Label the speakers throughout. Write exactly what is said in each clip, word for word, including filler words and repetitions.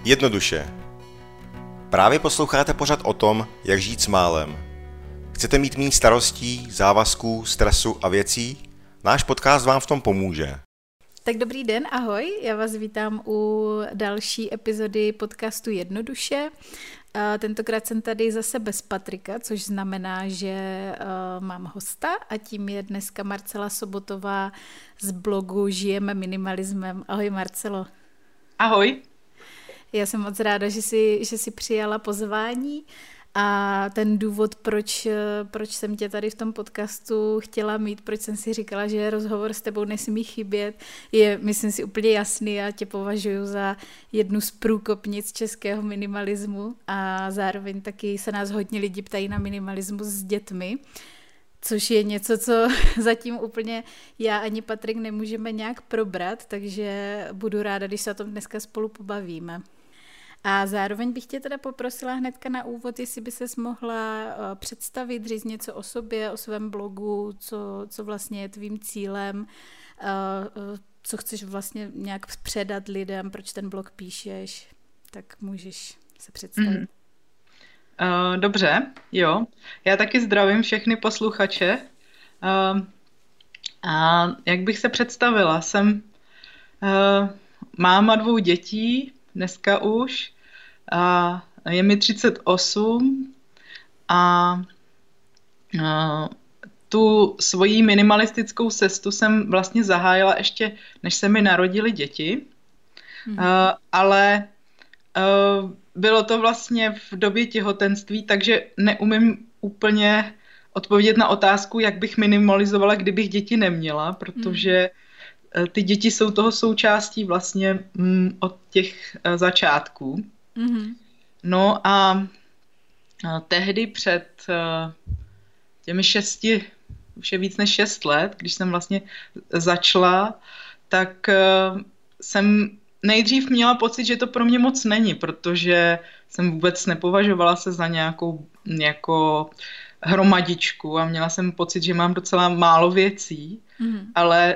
Speaker 1: Jednoduše. Právě posloucháte pořad o tom, jak žít s málem. Chcete mít méně starostí, závazků, stresu a věcí? Náš podcast vám v tom pomůže.
Speaker 2: Tak dobrý den, ahoj, já vás vítám u další epizody podcastu Jednoduše. Tentokrát jsem tady zase bez Patrika, což znamená, že mám hosta a tím je dneska Marcela Sobotová z blogu Žijeme minimalismem. Ahoj Marcelo.
Speaker 3: Ahoj.
Speaker 2: Já jsem moc ráda, že jsi, že jsi přijala pozvání a ten důvod, proč, proč jsem tě tady v tom podcastu chtěla mít, proč jsem si říkala, že rozhovor s tebou nesmí chybět, je, myslím si, úplně jasný. Já tě považuji za jednu z průkopnic českého minimalismu a zároveň taky se nás hodně lidi ptají na minimalismus s dětmi, což je něco, co zatím úplně já ani Patrik nemůžeme nějak probrat, takže budu ráda, když se o tom dneska spolu pobavíme. A zároveň bych tě teda poprosila hnedka na úvod, jestli by ses mohla uh, představit, říct něco o sobě, o svém blogu, co, co vlastně je tvým cílem, uh, uh, co chceš vlastně nějak předat lidem, proč ten blog píšeš, tak můžeš se představit. Mm.
Speaker 3: Uh, dobře, jo. Já taky zdravím všechny posluchače. Uh, a jak bych se představila? Jsem uh, máma dvou dětí, dneska už, a je mi třicet osm a, a tu svoji minimalistickou cestu jsem vlastně zahájila ještě, než se mi narodily děti, mm. a, ale a, bylo to vlastně v době těhotenství, takže neumím úplně odpovědět na otázku, jak bych minimalizovala, kdybych děti neměla, protože mm. ty děti jsou toho součástí vlastně mm, od těch uh, začátků. Mm-hmm. No a uh, tehdy před uh, těmi šesti, už je víc než šest let, když jsem vlastně začala, tak uh, jsem nejdřív měla pocit, že to pro mě moc není, protože jsem vůbec nepovažovala se za nějakou jako hromadičku a měla jsem pocit, že mám docela málo věcí, mm-hmm. ale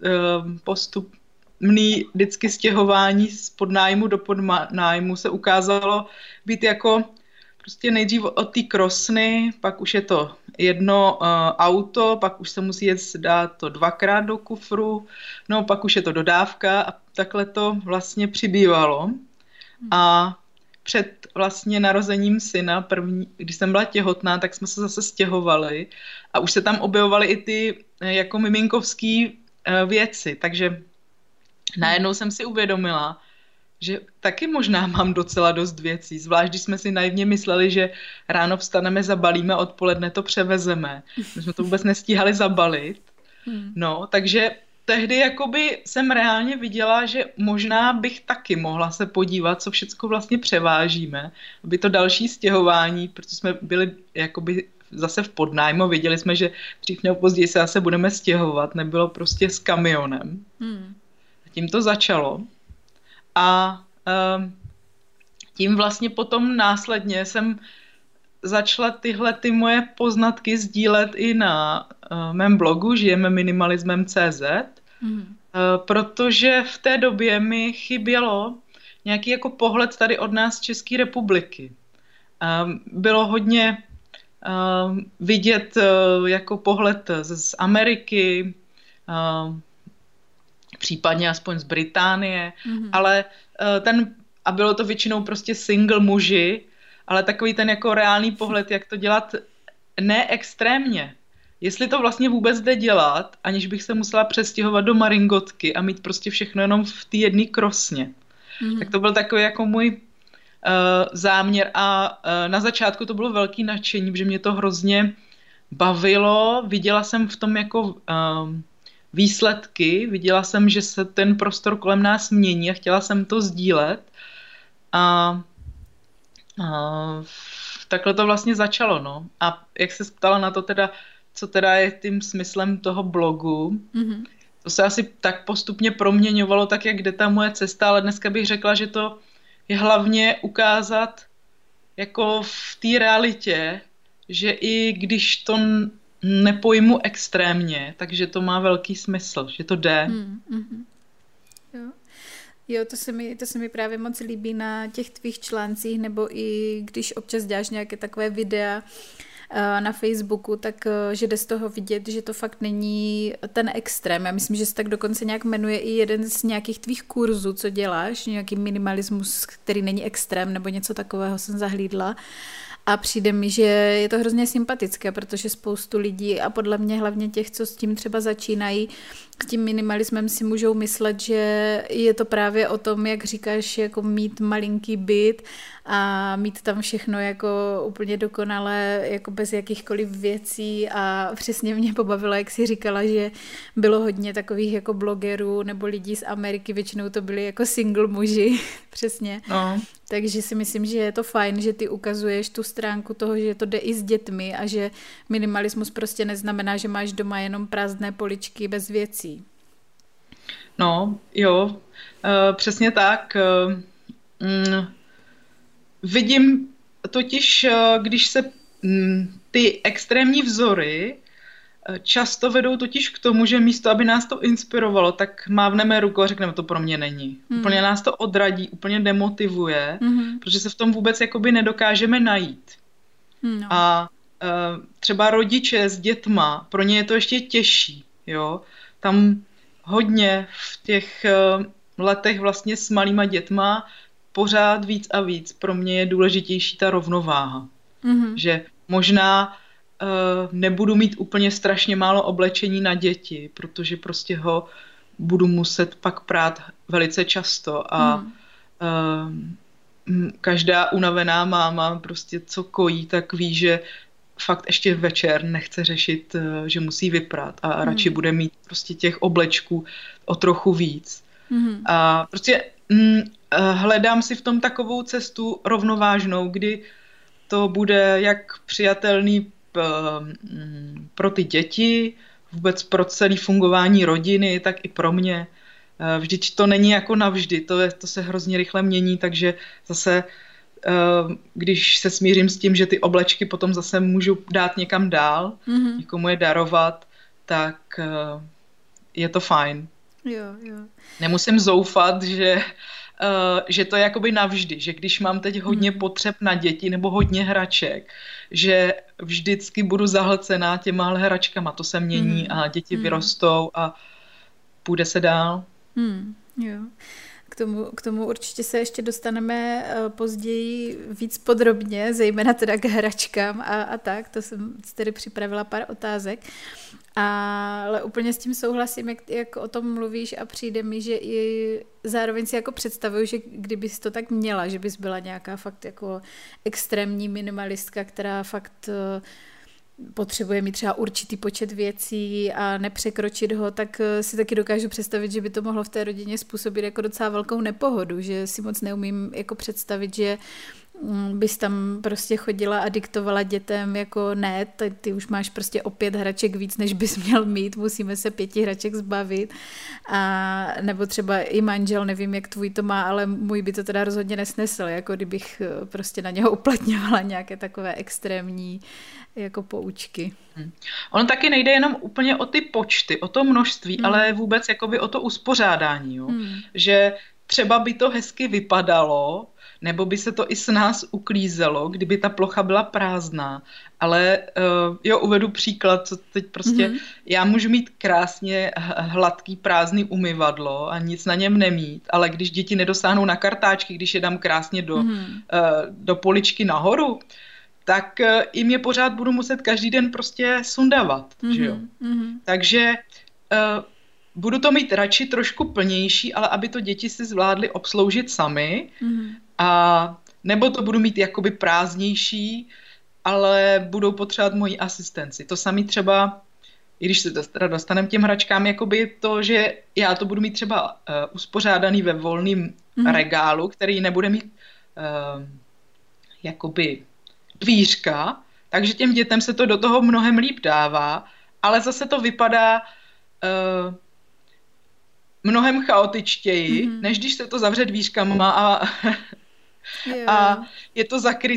Speaker 3: postupný vždycky stěhování z podnájmu do podnájmu se ukázalo být jako prostě nejdřív od té krosny, pak už je to jedno uh, auto, pak už se musí jet dát to dvakrát do kufru, no pak už je to dodávka a takhle to vlastně přibývalo. Hmm. A před vlastně narozením syna, první, když jsem byla těhotná, tak jsme se zase stěhovali a už se tam objevovaly i ty jako miminkovský věci, takže najednou jsem si uvědomila, že taky možná mám docela dost věcí, zvlášť když jsme si naivně mysleli, že ráno vstaneme, zabalíme, odpoledne to převezeme. My jsme to vůbec nestíhali zabalit. No, takže tehdy jakoby jsem reálně viděla, že možná bych taky mohla se podívat, co všecko vlastně převážíme, aby to další stěhování, protože jsme byli jakoby zase v podnájmu, věděli jsme, že dřív nebo později se zase budeme stěhovat, nebylo prostě s kamionem. Hmm. Tím to začalo. A um, tím vlastně potom následně jsem začala tyhle ty moje poznatky sdílet i na uh, mém blogu Žijeme minimalismem tečka cé zet, hmm. uh, protože v té době mi chybělo nějaký jako pohled tady od nás z České republiky. Um, bylo hodně Uh, vidět uh, jako pohled z, z Ameriky, uh, případně aspoň z Británie, mm-hmm. ale uh, ten, a bylo to většinou prostě single muži, ale takový ten jako reálný pohled, jak to dělat ne extrémně. Jestli to vlastně vůbec jde dělat, aniž bych se musela přestěhovat do maringotky a mít prostě všechno jenom v té jedné krosně. Mm-hmm. Tak to byl takový jako můj Uh, záměr a uh, na začátku to bylo velký nadšení, protože mě to hrozně bavilo, viděla jsem v tom jako uh, výsledky, viděla jsem, že se ten prostor kolem nás mění a chtěla jsem to sdílet a uh, takhle to vlastně začalo, no. A jak se ptala na to teda, co teda je tím smyslem toho blogu, mm-hmm. to se asi tak postupně proměňovalo, tak jak jde ta moje cesta, ale dneska bych řekla, že to je hlavně ukázat jako v té realitě, že i když to nepojmu extrémně, takže to má velký smysl, že to jde. Hmm, mm,
Speaker 2: jo. Jo, to se, mi, to se mi právě moc líbí na těch tvých článcích, nebo i když občas děláš nějaké takové videa na Facebooku, tak že jde z toho vidět, že to fakt není ten extrém. Já myslím, že se tak dokonce nějak jmenuje i jeden z nějakých tvých kurzů, co děláš, nějaký minimalismus, který není extrém, nebo něco takového jsem zahlídla. A přijde mi, že je to hrozně sympatické, protože spoustu lidí a podle mě hlavně těch, co s tím třeba začínají, s tím minimalismem si můžou myslet, že je to právě o tom, jak říkáš, jako mít malinký byt a mít tam všechno jako úplně dokonale, jako bez jakýchkoliv věcí a přesně mě pobavilo, jak jsi říkala, že bylo hodně takových jako blogerů nebo lidí z Ameriky, většinou to byli jako single muži, přesně. No. Takže si myslím, že je to fajn, že ty ukazuješ tu stránku toho, že to jde i s dětmi a že minimalismus prostě neznamená, že máš doma jenom prázdné poličky bez věcí.
Speaker 3: No, jo, uh, přesně tak. Uh, mm, vidím totiž, uh, když se um, ty extrémní vzory uh, často vedou totiž k tomu, že místo, aby nás to inspirovalo, tak mávneme rukou a řekneme, to pro mě není. Hmm. Úplně nás to odradí, úplně demotivuje, hmm. protože se v tom vůbec jakoby nedokážeme najít. No. A uh, třeba rodiče s dětma, pro ně je to ještě těžší, jo. Tam hodně v těch uh, letech vlastně s malýma dětma pořád víc a víc pro mě je důležitější ta rovnováha. Mm-hmm. Že možná uh, nebudu mít úplně strašně málo oblečení na děti, protože prostě ho budu muset pak prát velice často a mm. uh, každá unavená máma prostě co kojí, tak ví, že fakt ještě večer nechce řešit, že musí vyprat a mm. radši bude mít prostě těch oblečků o trochu víc. Mm. A prostě mm, hledám si v tom takovou cestu rovnovážnou, kdy to bude jak přijatelný p, mm, pro ty děti, vůbec pro celé fungování rodiny, tak i pro mě. Vždyť to není jako navždy, to, je, to se hrozně rychle mění, takže zase když se smířím s tím, že ty oblečky potom zase můžu dát někam dál, mm-hmm. někomu je darovat, tak je to fajn.
Speaker 2: Jo, jo.
Speaker 3: Nemusím zoufat, že, že to je jakoby navždy, že když mám teď hodně mm. potřeb na děti nebo hodně hraček, že vždycky budu zahlcená těma hračkama, to se mění mm. a děti mm. vyrostou a půjde se dál.
Speaker 2: Mm. Jo. K tomu, k tomu určitě se ještě dostaneme později víc podrobně, zejména teda k hračkám a, a tak, to jsem tedy připravila pár otázek, ale úplně s tím souhlasím, jak, jak o tom mluvíš a přijde mi, že i zároveň si jako představuju, že kdybys to tak měla, že bys byla nějaká fakt jako extrémní minimalistka, která fakt potřebuje mít třeba určitý počet věcí a nepřekročit ho, tak si taky dokážu představit, že by to mohlo v té rodině způsobit jako docela velkou nepohodu, že si moc neumím jako představit, že bys tam prostě chodila a diktovala dětem jako ne, ty, ty už máš prostě o pět hraček víc, než bys měl mít, musíme se pěti hraček zbavit. A nebo třeba i manžel, nevím, jak tvůj to má, ale můj by to teda rozhodně nesnesl, jako kdybych prostě na něho uplatňovala nějaké takové extrémní jako poučky.
Speaker 3: Hmm. Ono taky nejde jenom úplně o ty počty, o to množství, hmm. ale vůbec jakoby o to uspořádání, jo? Hmm. Že třeba by to hezky vypadalo, nebo by se to i s nás uklízelo, kdyby ta plocha byla prázdná. Ale uh, jo, uvedu příklad, co teď prostě, mm-hmm. já můžu mít krásně hladký prázdný umyvadlo a nic na něm nemít, ale když děti nedosáhnou na kartáčky, když je dám krásně do, mm-hmm. uh, do poličky nahoru, tak uh, jim je pořád budu muset každý den prostě sundavat, mm-hmm. že jo. Mm-hmm. Takže uh, budu to mít radši trošku plnější, ale aby to děti si zvládly obsloužit sami, mm-hmm. a nebo to budu mít jakoby prázdnější, ale budou potřebovat moji asistenci. To samé třeba, i když se teda dostaneme k těm hračkám, jakoby to, že já to budu mít třeba uh, uspořádaný ve volném mm-hmm. regálu, který nebude mít uh, jakoby dvířka, takže těm dětem se to do toho mnohem líp dává, ale zase to vypadá uh, mnohem chaotičtěji, mm-hmm. než když se to zavře dvířkama a, a je to zakrytý.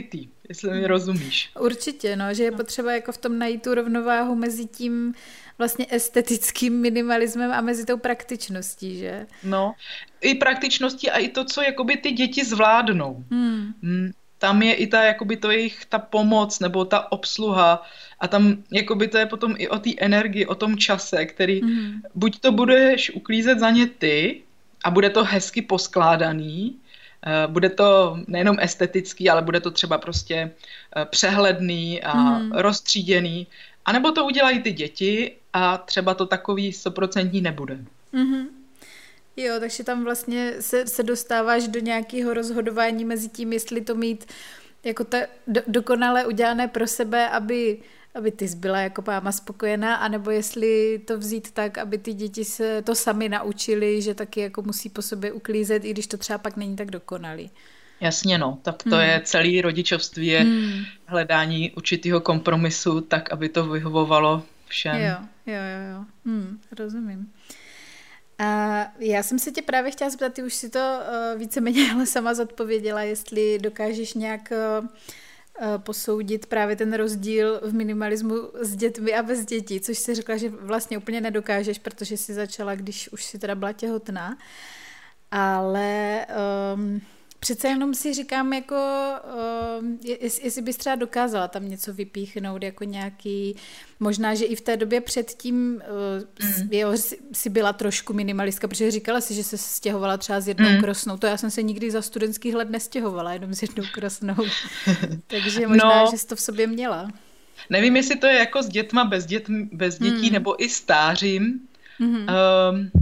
Speaker 3: jestli mi rozumíš.
Speaker 2: Určitě, no, že je potřeba jako v tom najít tu rovnováhu mezi tím vlastně estetickým minimalismem a mezi tou praktičností, že?
Speaker 3: No, i praktičností a i to, co jakoby ty děti zvládnou. Hmm. Tam je i ta, jakoby to jejich, ta pomoc nebo ta obsluha a tam jakoby to je potom i o té energii, o tom čase, který hmm. buď to budeš uklízet za ně ty a bude to hezky poskládaný, bude to nejenom estetický, ale bude to třeba prostě přehledný a hmm. roztříděný, anebo to udělají ty děti a třeba to takový stoprocentní nebude.
Speaker 2: Mm-hmm. Jo, takže tam vlastně se, se dostáváš do nějakého rozhodování mezi tím, jestli to mít jako ta do, dokonale udělané pro sebe, aby, aby ty zbyla jako máma spokojená, anebo jestli to vzít tak, aby ty děti se to sami naučili, že taky jako musí po sobě uklízet, i když to třeba pak není tak dokonalý.
Speaker 3: Jasně, no, tak to hmm. je celý rodičovství, je hmm. hledání určitého kompromisu, tak, aby to vyhovovalo všem.
Speaker 2: Jo, jo, jo, jo. Hmm, rozumím. A já jsem se tě právě chtěla zeptat, ty už si to uh, víceméně ale sama zodpověděla, jestli dokážeš nějak uh, posoudit právě ten rozdíl v minimalismu s dětmi a bez dětí, což si řekla, že vlastně úplně nedokážeš, protože jsi začala, když už si teda byla těhotná. Ale um, přece jenom si říkám, jako, uh, jest, jestli bys třeba dokázala tam něco vypíchnout, jako nějaký, možná, že i v té době předtím uh, mm. jo, si byla trošku minimalistka, protože říkala si, že se stěhovala třeba s jednou mm. krosnou. To já jsem se nikdy za studentských let nestěhovala, jenom s jednou krosnou. Takže možná, no, že jsi to v sobě měla.
Speaker 3: Nevím, jestli to je jako s dětma, bez, dět, bez dětí, mm. nebo i stářím. Mm. Um,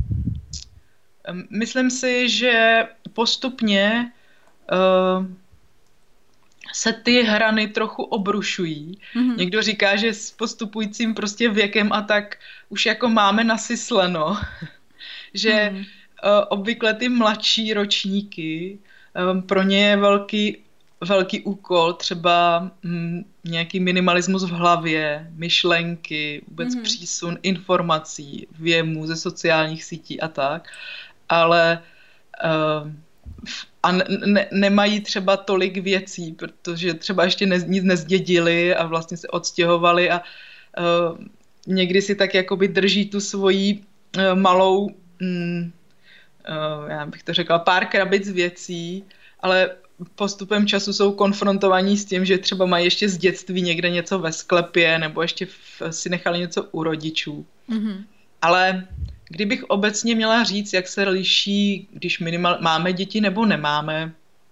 Speaker 3: Myslím si, že postupně uh, se ty hrany trochu obrušují. Mm-hmm. Někdo říká, že s postupujícím prostě věkem a tak už jako máme nasysleno, že mm-hmm. uh, obvykle ty mladší ročníky, um, pro ně je velký, velký úkol, třeba um, nějaký minimalismus v hlavě, myšlenky, vůbec mm-hmm. přísun informací, věmů ze sociálních sítí a tak. Ale uh, a ne, ne, nemají třeba tolik věcí, protože třeba ještě ne, nic nezdědili a vlastně se odstěhovali a uh, někdy si tak jakoby drží tu svoji uh, malou, um, uh, já bych to řekla, pár krabic věcí, ale postupem času jsou konfrontovaní s tím, že třeba mají ještě z dětství někde něco ve sklepě nebo ještě v, si nechali něco u rodičů. Mm-hmm. Ale kdybych obecně měla říct, jak se liší, když minimal, máme děti nebo nemáme,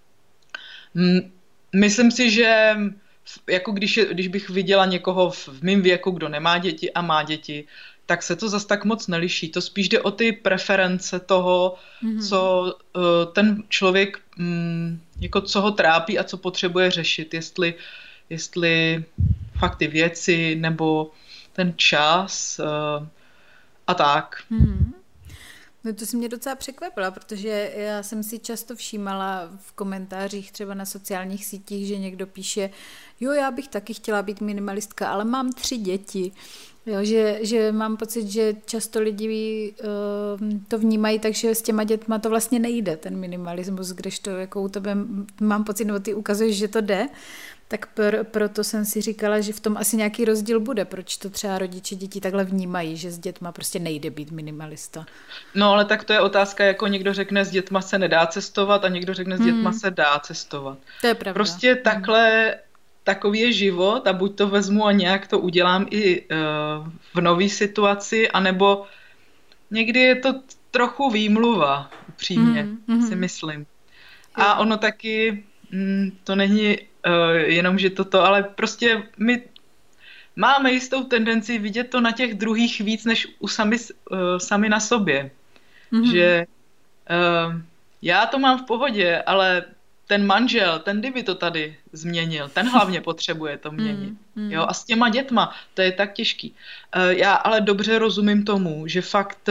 Speaker 3: myslím si, že jako když, je, když bych viděla někoho v, v mém věku, kdo nemá děti a má děti, tak se to zas tak moc neliší. To spíš jde o ty preference toho, mm-hmm. co uh, ten člověk, um, jako co ho trápí a co potřebuje řešit. Jestli, jestli fakt ty věci nebo ten čas uh, a tak.
Speaker 2: Hmm. No to si mě docela překvapila, protože já jsem si často všímala v komentářích třeba na sociálních sítích, že někdo píše, jo, já bych taky chtěla být minimalistka, ale mám tři děti. Jo, že, že mám pocit, že často lidi uh, to vnímají, takže s těma dětma to vlastně nejde, ten minimalismus, kdežto jako u tebe mám pocit, nebo ty ukazuješ, že to jde, tak pr- proto jsem si říkala, že v tom asi nějaký rozdíl bude, proč to třeba rodiče dětí takhle vnímají, že s dětma prostě nejde být minimalista.
Speaker 3: No ale tak to je otázka, jako někdo řekne, s dětma se nedá cestovat a někdo řekne, s dětma hmm. se dá cestovat.
Speaker 2: To je pravda.
Speaker 3: Prostě takhle... Hmm. Takový je život a buď to vezmu a nějak to udělám i uh, v nové situaci, anebo někdy je to trochu výmluva, upřímně, mm, si myslím. A ono taky, mm, to není uh, jenom, že toto, ale prostě my máme jistou tendenci vidět to na těch druhých víc, než u sami, uh, sami na sobě. Mm. Že uh, já to mám v pohodě, ale ten manžel, ten kdyby to tady změnil, ten hlavně potřebuje to měnit. Mm, mm. Jo? A s těma dětma, to je tak těžký. Já ale dobře rozumím tomu, že fakt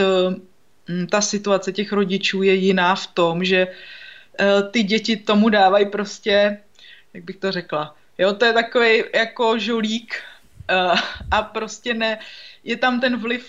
Speaker 3: ta situace těch rodičů je jiná v tom, že ty děti tomu dávají prostě, jak bych to řekla, jo, to je takový jako žolík a prostě ne, je tam ten vliv,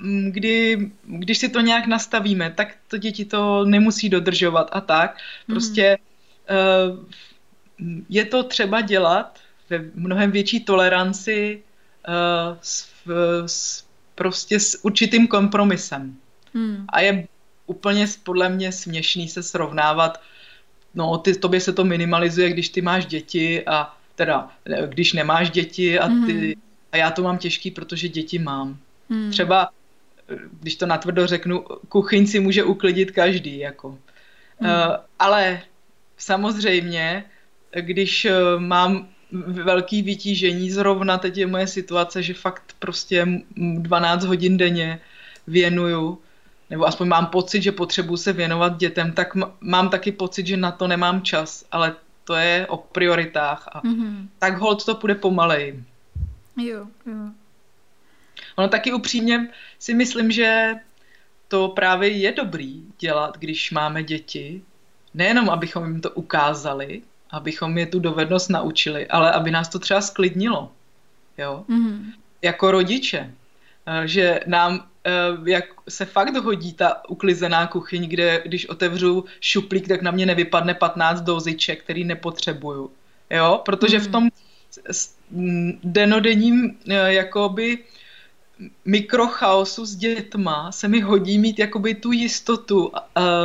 Speaker 3: kdy, když si to nějak nastavíme, tak to děti to nemusí dodržovat a tak. Prostě mm. Uh, je to třeba dělat ve mnohem větší toleranci uh, s, s, prostě s určitým kompromisem. Hmm. A je úplně podle mě směšný se srovnávat, no ty, tobě se to minimalizuje, když ty máš děti a teda, když nemáš děti a ty, hmm. a já to mám těžký, protože děti mám. Hmm. Třeba, když to natvrdo řeknu, kuchyň si může uklidit každý, jako. Hmm. Uh, ale samozřejmě, když uh, mám velký vytížení, zrovna teď je moje situace, že fakt prostě dvanáct hodin denně věnuju, nebo aspoň mám pocit, že potřebuji se věnovat dětem, tak m- mám taky pocit, že na to nemám čas, ale to je o prioritách a mm-hmm. tak holt to půjde pomalej.
Speaker 2: Jo, jo.
Speaker 3: Ono taky upřímně si myslím, že to právě je dobrý dělat, když máme děti, nejenom abychom jim to ukázali, abychom je tu dovednost naučili, ale aby nás to třeba sklidnilo. Jo? Mm-hmm. Jako rodiče. Že nám jak se fakt hodí ta uklizená kuchyň, kde když otevřu šuplík, tak na mě nevypadne patnáct doziček, který nepotřebuju. Jo? Protože mm-hmm. v tom denodenním jakoby mikrochaosu s dětma se mi hodí mít jakoby tu jistotu uh,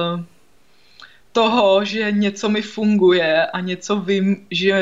Speaker 3: toho, že něco mi funguje a něco vím, že,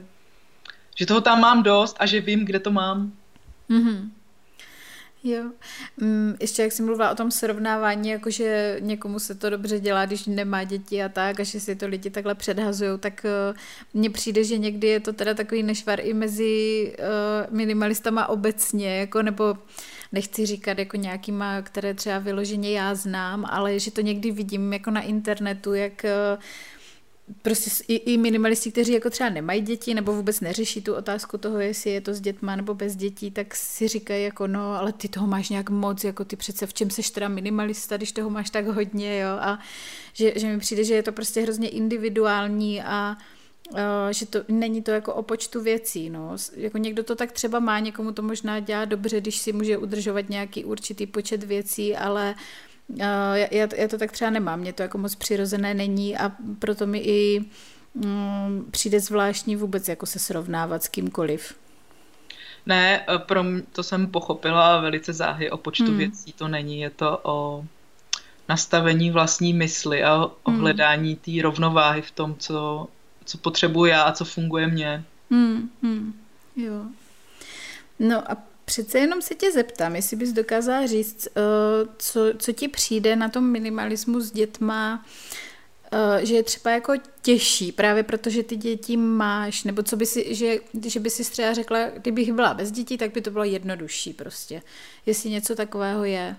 Speaker 3: že toho tam mám dost a že vím, kde to mám.
Speaker 2: Mm-hmm. Jo. Ještě jak jsi mluvila o tom srovnávání, jakože někomu se to dobře dělá, když nemá děti a tak, a že si to lidi takhle předhazujou, tak mně přijde, že někdy je to teda takový nešvar i mezi minimalistama obecně, jako nebo nechci říkat jako nějakýma, které třeba vyloženě já znám, ale že to někdy vidím jako na internetu, jak prostě i, i minimalisti, kteří jako třeba nemají děti nebo vůbec neřeší tu otázku toho, jestli je to s dětma nebo bez dětí, tak si říkají jako no, ale ty toho máš nějak moc, jako ty přece v čem seš teda minimalista, když toho máš tak hodně, jo, a že, že mi přijde, že je to prostě hrozně individuální a uh, že to není to jako o počtu věcí, no, jako někdo to tak třeba má, někomu to možná dělá dobře, když si může udržovat nějaký určitý počet věcí, ale Uh, já, já to tak třeba nemám, mě to jako moc přirozené není a proto mi i um, přijde zvláštní vůbec jako se srovnávat s kýmkoliv.
Speaker 3: Ne, pro mě, to jsem pochopila velice záhy, o počtu hmm. věcí to není, je to o nastavení vlastní mysli a o hmm. hledání té rovnováhy v tom, co, co potřebuji já a co funguje mně.
Speaker 2: Hmm. Hmm. Jo. No a přece jenom se tě zeptám, jestli bys dokázala říct, co, co ti přijde na tom minimalismu s dětma, že je třeba jako těžší, právě protože ty děti máš, nebo co by si, že, že by si třeba řekla, kdybych byla bez dětí, tak by to bylo jednodušší prostě. Jestli něco takového je.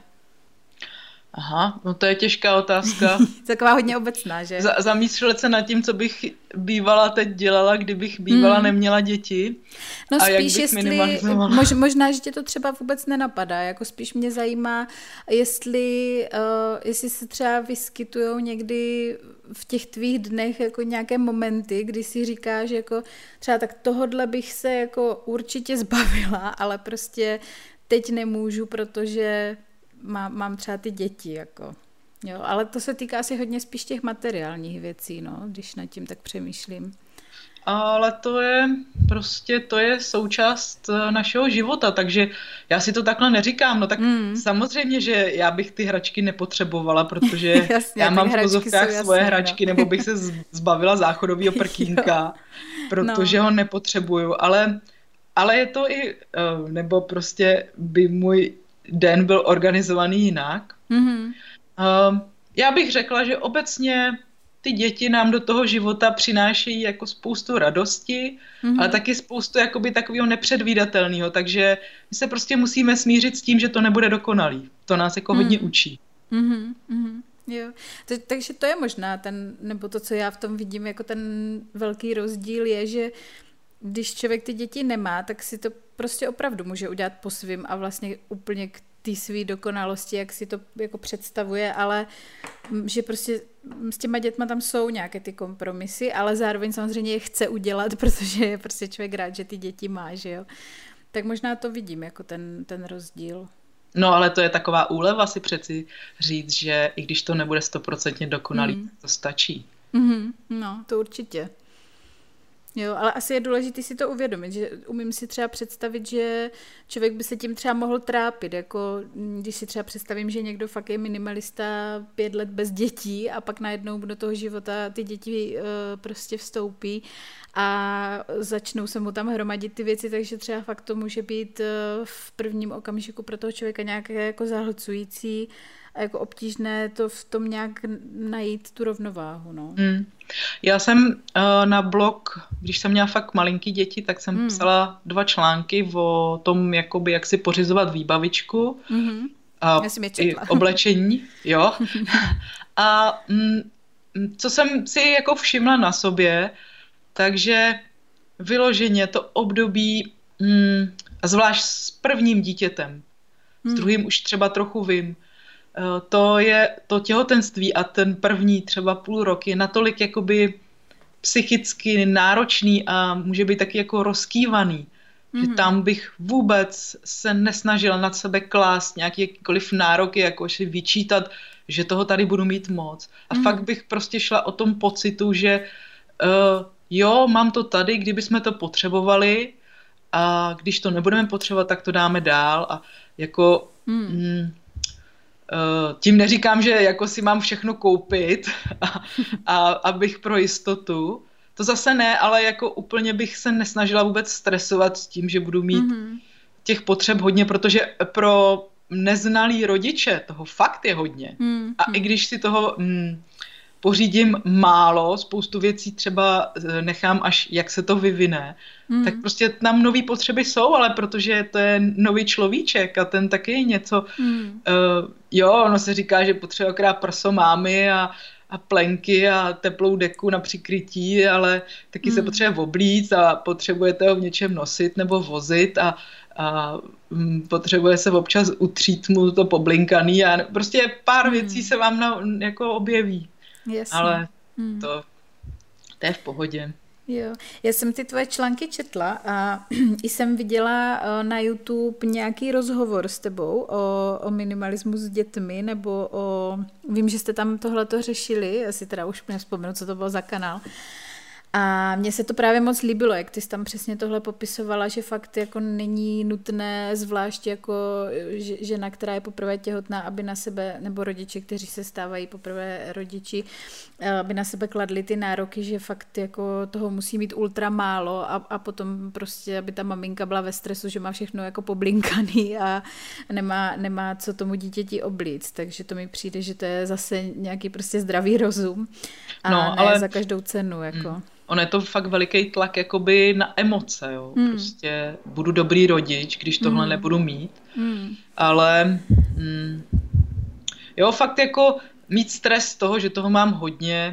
Speaker 3: Aha, no to je těžká otázka.
Speaker 2: Taková hodně obecná, že?
Speaker 3: Z- zamýšlet se nad tím, co bych bývala teď dělala, kdybych bývala hmm. neměla děti.
Speaker 2: No
Speaker 3: a
Speaker 2: spíš,
Speaker 3: jak bych
Speaker 2: jestli, mož, možná, že tě to třeba vůbec nenapadá, jako spíš mě zajímá, jestli, uh, jestli se třeba vyskytujou někdy v těch tvých dnech jako nějaké momenty, kdy si říkáš, jako třeba tak tohodle bych se jako určitě zbavila, ale prostě teď nemůžu, protože Má, mám třeba ty děti, jako. Jo, ale to se týká asi hodně spíš těch materiálních věcí, no, když nad tím tak přemýšlím.
Speaker 3: Ale to je prostě, to je součást našeho života, takže já si to takhle neříkám, no tak mm. samozřejmě, že já bych ty hračky nepotřebovala, protože jasně, já mám v vozovkách svoje jasný, hračky, no. Nebo bych se zbavila záchodového prkínka, protože no. ho nepotřebuju, ale, ale je to i, nebo prostě by můj den byl organizovaný jinak. Mm-hmm. Uh, já bych řekla, že obecně ty děti nám do toho života přinášejí jako spoustu radosti, mm-hmm. ale taky spoustu jakoby takového nepředvídatelného, takže my se prostě musíme smířit s tím, že to nebude dokonalý. To nás jako mm-hmm. hodně učí.
Speaker 2: Mm-hmm. Mm-hmm. Jo. To, takže to je možná ten, nebo to, co já v tom vidím, jako ten velký rozdíl je, že když člověk ty děti nemá, tak si to prostě opravdu může udělat po svým a vlastně úplně k té své dokonalosti, jak si to jako představuje, ale že prostě s těma dětma tam jsou nějaké ty kompromisy, ale zároveň samozřejmě je chce udělat, protože je prostě člověk rád, že ty děti má, že jo. Tak možná to vidím jako ten, ten rozdíl.
Speaker 3: No ale to je taková úleva si přeci říct, že i když to nebude stoprocentně dokonalý, mm. to stačí.
Speaker 2: Mm-hmm. No, to určitě. Jo, ale asi je důležité si to uvědomit, že umím si třeba představit, že člověk by se tím třeba mohl trápit, jako když si třeba představím, že někdo fakt je minimalista pět let bez dětí a pak najednou do toho života ty děti uh, prostě vstoupí a začnou se mu tam hromadit ty věci, takže třeba fakt to může být uh, v prvním okamžiku pro toho člověka nějaké jako zahlcující a jako obtížné to v tom nějak najít tu rovnováhu, no.
Speaker 3: Hmm. Já jsem uh, na blog, když jsem měla fakt malinký děti, tak jsem hmm. psala dva články o tom, jakoby, jak si pořizovat výbavičku
Speaker 2: mm-hmm.
Speaker 3: a i oblečení. Jo. A mm, co jsem si jako všimla na sobě, takže vyloženě to období, mm, a zvlášť s prvním dítětem, hmm. s druhým už třeba trochu vím, to je to těhotenství a ten první třeba půl rok je natolik jakoby psychicky náročný a může být taky jako rozkývaný, mm-hmm. že tam bych vůbec se nesnažila nad sebe klást nějakýkoliv nároky, jako si vyčítat, že toho tady budu mít moc. A mm-hmm. fakt bych prostě šla o tom pocitu, že uh, jo, mám to tady, kdybychom to potřebovali a když to nebudeme potřebovat, tak to dáme dál a jako... Mm. Mm, tím neříkám, že jako si mám všechno koupit, a, a, abych pro jistotu. To zase ne, ale jako úplně bych se nesnažila vůbec stresovat s tím, že budu mít mm-hmm. těch potřeb hodně, protože pro neznalý rodiče toho fakt je hodně. Mm-hmm. A i když si toho mm, pořídím málo, spoustu věcí třeba nechám až jak se to vyvine, mm. tak prostě tam nový potřeby jsou, ale protože to je nový človíček a ten taky něco, mm. uh, jo, ono se říká, že potřebuje akorát prso mámy a, a plenky a teplou deku na přikrytí, ale taky mm. se potřebuje oblíct a potřebujete ho v něčem nosit nebo vozit a, a um, potřebuje se občas utřít mu to poblinkaný a prostě pár mm. věcí se vám na, jako objeví.
Speaker 2: Jasně.
Speaker 3: Ale hmm. to, to je v pohodě.
Speaker 2: Jo. Já jsem ty tvoje články četla a i jsem viděla na YouTube nějaký rozhovor s tebou o, o minimalismu s dětmi, nebo o... Vím, že jste tam tohleto řešili, asi teda už nevzpomenu, co to bylo za kanál. A mně se to právě moc líbilo, jak ty jsi tam přesně tohle popisovala, že fakt jako není nutné, zvlášť jako žena, která je poprvé těhotná, aby na sebe, nebo rodiče, kteří se stávají poprvé rodiči, aby na sebe kladli ty nároky, že fakt jako toho musí mít ultra málo a, a potom prostě, aby ta maminka byla ve stresu, že má všechno jako poblinkaný a nemá, nemá co tomu dítěti oblíct. Takže to mi přijde, že to je zase nějaký prostě zdravý rozum a
Speaker 3: no,
Speaker 2: ne ale... za každou cenu. Jako.
Speaker 3: Hmm. On je to fakt veliký tlak jakoby na emoce, jo. Hmm. Prostě budu dobrý rodič, když tohle hmm. nebudu mít. Hmm. Ale mm, jo, fakt jako mít stres z toho, že toho mám hodně,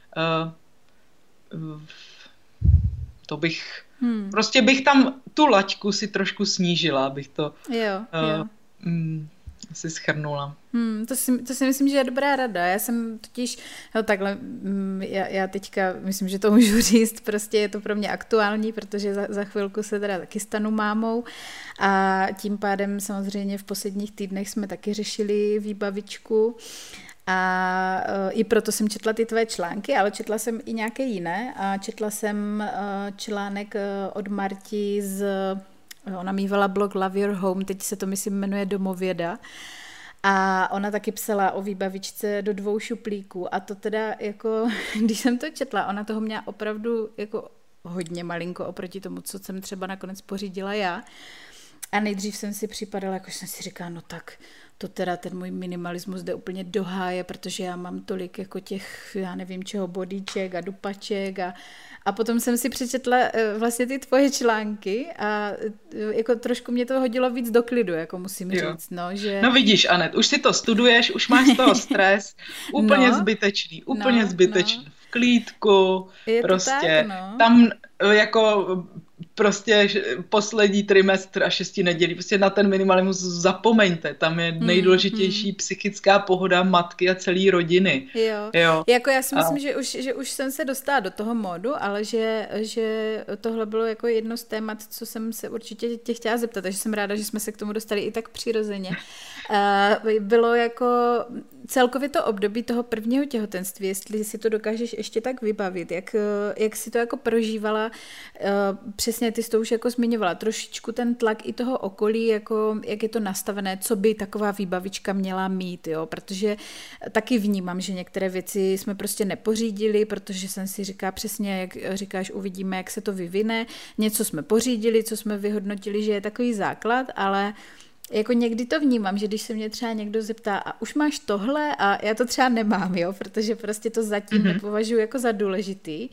Speaker 3: uh, uh, to bych, hmm. prostě bych tam tu laťku si trošku snížila, abych to
Speaker 2: jo,
Speaker 3: uh,
Speaker 2: jo.
Speaker 3: Mm, si schrnula.
Speaker 2: Hmm, to, si, to si myslím, že je dobrá rada. Já jsem totiž, no takhle, já, já teďka myslím, že to můžu říct, prostě je to pro mě aktuální, protože za, za chvilku se teda taky stanu mámou a tím pádem samozřejmě v posledních týdnech jsme taky řešili výbavičku a uh, i proto jsem četla ty tvé články, ale četla jsem i nějaké jiné a četla jsem uh, článek uh, od Marti z ona mývala blog Love Your Home, teď se to myslím jmenuje Domověda a ona taky psala o výbavičce do dvou šuplíků a to teda jako, když jsem to četla, ona toho měla opravdu jako hodně malinko oproti tomu, co jsem třeba nakonec pořídila já a nejdřív jsem si připadala, jako jsem si říkala, no tak to teda ten můj minimalismus jde úplně do háje, protože já mám tolik jako těch, já nevím čeho, bodíček a dupaček a, a potom jsem si přečetla vlastně ty tvoje články a jako trošku mě to hodilo víc do klidu, jako musím jo. říct. No, že...
Speaker 3: no vidíš, Anet, už si to studuješ, už máš z toho stres, úplně no, zbytečný, úplně no, zbytečný. No. V klídku,
Speaker 2: je
Speaker 3: prostě
Speaker 2: tak, no.
Speaker 3: tam jako prostě poslední trimestr a šesti nedělí. Prostě na ten minimalismus zapomeňte. Tam je nejdůležitější hmm. psychická pohoda matky a celé rodiny.
Speaker 2: Jo. jo. Jako já si myslím, a... že, už, že už jsem se dostala do toho módu, ale že, že tohle bylo jako jedno z témat, co jsem se určitě tě chtěla zeptat, takže jsem ráda, že jsme se k tomu dostali i tak přirozeně. Uh, bylo jako celkově to období toho prvního těhotenství, jestli si to dokážeš ještě tak vybavit, jak, jak si to jako prožívala, uh, přesně ty jsi to už jako zmiňovala, trošičku ten tlak i toho okolí, jako jak je to nastavené, co by taková výbavička měla mít, jo, protože taky vnímám, že některé věci jsme prostě nepořídili, protože jsem si říká přesně, jak říkáš, uvidíme, jak se to vyvine, něco jsme pořídili, co jsme vyhodnotili, že je takový základ, ale jako někdy to vnímám, že když se mě třeba někdo zeptá, a už máš tohle, a já to třeba nemám, jo, protože prostě to zatím mm-hmm. nepovažuji jako za důležitý.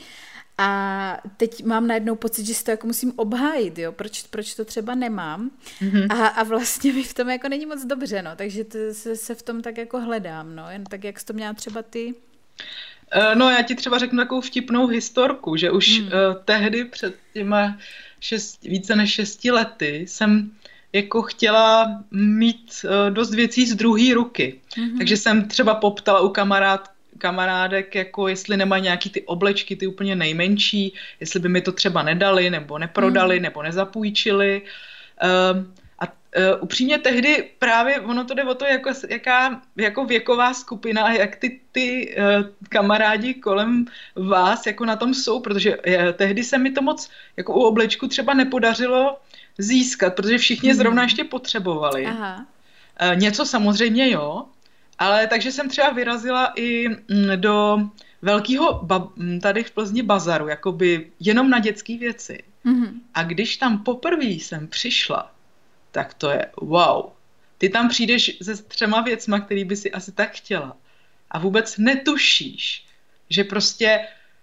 Speaker 2: A teď mám najednou pocit, že si to jako musím obhájit, jo, proč, proč to třeba nemám. Mm-hmm. A, a vlastně mi v tom jako není moc dobře, no, takže to, se, se v tom tak jako hledám, no, jen tak, jak jsi to měla třeba ty?
Speaker 3: No, já ti třeba řeknu takovou vtipnou historku, že už mm. uh, tehdy před těma šest, více než šesti lety jsem jako chtěla mít uh, dost věcí z druhé ruky. Mm-hmm. Takže jsem třeba poptala u kamarád, kamarádek, jako jestli nemají nějaký ty oblečky, ty úplně nejmenší, jestli by mi to třeba nedali, nebo neprodali, mm. nebo nezapůjčili. Uh, a uh, upřímně tehdy právě ono to jde o to, jako, jaká jako věková skupina a jak ty, ty uh, kamarádi kolem vás jako na tom jsou, protože uh, tehdy se mi to moc jako u oblečku třeba nepodařilo získat, protože všichni zrovna ještě potřebovali.
Speaker 2: Aha.
Speaker 3: Něco samozřejmě jo, ale takže jsem třeba vyrazila i do velkého ba- tady v Plzni bazaru, jakoby jenom na dětské věci. Mm-hmm. A když tam poprvé jsem přišla, tak to je wow. Ty tam přijdeš se třema věcma, který by si asi tak chtěla. A vůbec netušíš, že prostě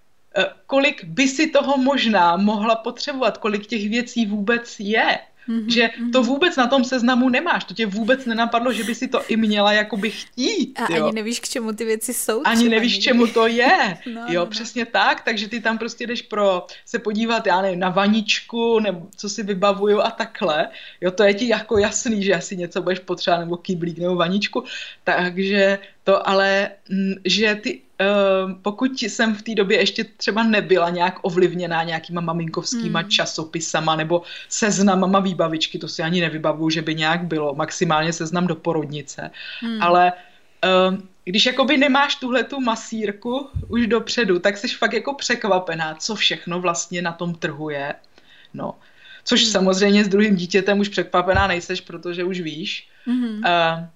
Speaker 3: kolik by si toho možná mohla potřebovat, kolik těch věcí vůbec je. Mm-hmm, že to vůbec na tom seznamu nemáš, to tě vůbec nenapadlo, že by si to i měla jakoby chtít.
Speaker 2: A
Speaker 3: jo.
Speaker 2: Ani nevíš, k čemu ty věci jsou.
Speaker 3: Ani nevíš, k čemu to je.
Speaker 2: no,
Speaker 3: jo,
Speaker 2: no,
Speaker 3: přesně no. tak, takže ty tam prostě jdeš pro se podívat, já nevím, na vaničku, nebo co si vybavuju a takhle. Jo, to je ti jako jasný, že asi něco budeš potřebovat, nebo kyblík, nebo vaničku. Takže to ale, že ty Uh, pokud jsem v té době ještě třeba nebyla nějak ovlivněná nějakýma maminkovskýma hmm. časopisama nebo seznamama výbavičky, to si ani nevybavuju, že by nějak bylo, maximálně seznam do porodnice, hmm. ale uh, když jakoby nemáš tuhletu masírku už dopředu, tak jsi fakt jako překvapená, co všechno vlastně na tom trhu je. No. Což hmm. samozřejmě s druhým dítětem už překvapená nejseš, protože už víš. Hmm. Uh,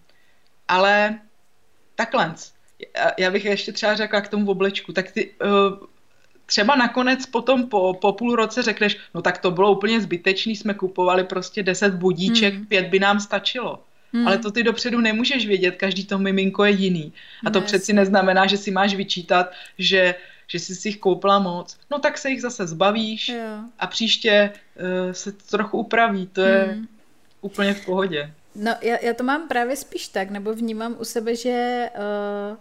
Speaker 3: ale takhle. Já bych ještě třeba řekla k tomu oblečku, tak ty uh, třeba nakonec potom po, po půl roce řekneš, no tak to bylo úplně zbytečný, jsme kupovali prostě deset budíček, hmm. pět by nám stačilo. Hmm. Ale to ty dopředu nemůžeš vědět, každý to miminko je jiný. A to yes. přeci neznamená, že si máš vyčítat, že, že jsi si jich koupila moc. No tak se jich zase zbavíš
Speaker 2: jo.
Speaker 3: a příště uh, se to trochu upraví, to je hmm. úplně v pohodě.
Speaker 2: No, já, já to mám právě spíš tak, nebo vnímám u sebe, že uh,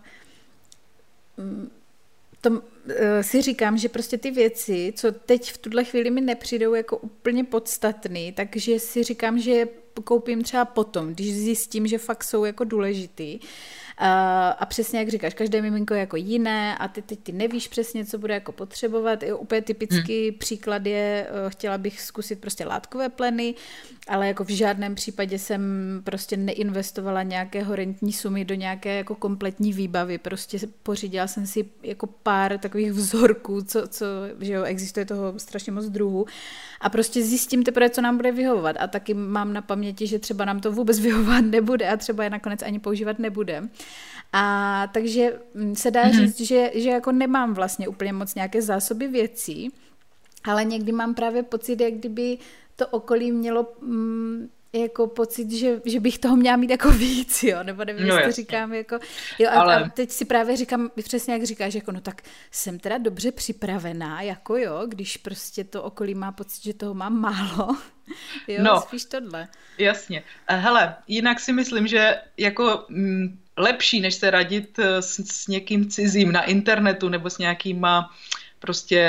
Speaker 2: to, uh, si říkám, že prostě ty věci, co teď v tuhle chvíli mi nepřijdou jako úplně podstatný, takže si říkám, že je koupím třeba potom, když zjistím, že fakt jsou jako důležitý. Uh, a přesně jak říkáš, každé miminko je jako jiné a ty teď ty nevíš přesně, co bude jako potřebovat. I úplně typický hmm. příklad je, uh, chtěla bych zkusit prostě látkové pleny, ale jako v žádném případě jsem prostě neinvestovala nějaké horentní sumy do nějaké jako kompletní výbavy. Prostě pořídila jsem si jako pár takových vzorků, co, co že jo, existuje toho strašně moc druhů. A prostě zjistím teprve, co nám bude vyhovovat. A taky mám na paměti, že třeba nám to vůbec vyhovovat nebude a třeba je nakonec ani používat nebudem. A takže se dá mm-hmm. říct, že, že jako nemám vlastně úplně moc nějaké zásoby věcí, ale někdy mám právě pocit, jak kdyby to okolí mělo mm, jako pocit, že, že bych toho měla mít jako víc, jo, nebo nevím, no, jestli to říkám jako, jo, a, ale... a teď si právě říkám, přesně jak říkáš, jako no tak jsem teda dobře připravená, jako jo, když prostě to okolí má pocit, že toho mám málo, jo, no, spíš tohle.
Speaker 3: Jasně, hele, jinak si myslím, že jako mm, lepší, než se radit s, s někým cizím na internetu nebo s nějakýma prostě